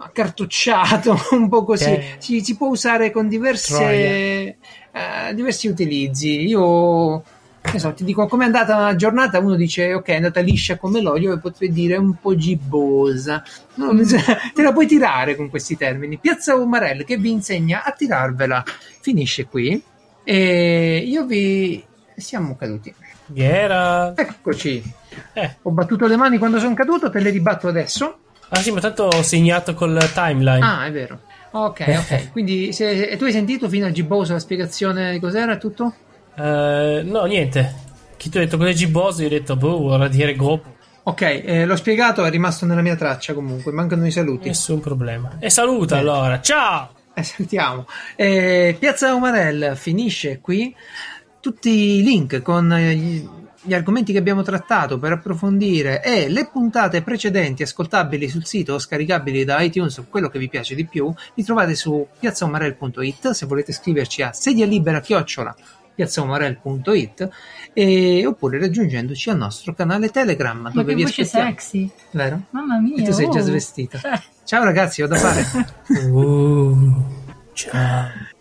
accartocciato, un po' così. Eh. Si, si può usare con diverse, uh, diversi utilizzi. Io ne so, ti dico com'è andata la giornata, uno dice ok, è andata liscia come l'olio, e potrei dire un po' gibbosa. No, mm. Te la puoi tirare con questi termini. Piazza Umarell che vi insegna a tirarvela finisce qui, e io vi siamo caduti. Era. Eccoci. Eh. Ho battuto le mani quando sono caduto, te le ribatto adesso. Ah sì, ma tanto ho segnato col timeline. Ah, è vero. Ok, ok. Quindi se, e tu hai sentito fino a gibboso la spiegazione di cos'era tutto? Uh, no, niente. Chi ti ha detto cos'è gibboso? Io ho detto, boh, vorrà dire gopo. Ok, eh, l'ho spiegato, è rimasto nella mia traccia comunque. Mancano i saluti. Nessun problema. E saluta eh. allora. Ciao! Eh, salutiamo. Eh, Piazza Umarell finisce qui. Tutti i link con gli, gli argomenti che abbiamo trattato per approfondire e le puntate precedenti ascoltabili sul sito o scaricabili da iTunes o quello che vi piace di più li trovate su piazzaumarell punto it. Se volete scriverci a sedialibera chiocciola piazzaumarell punto it, e oppure raggiungendoci al nostro canale Telegram. Ma dove che vi voce aspettiamo. Sexy, vero? Mamma mia, e tu sei oh. già svestita. Ciao ragazzi, ho da fare. uh, ciao.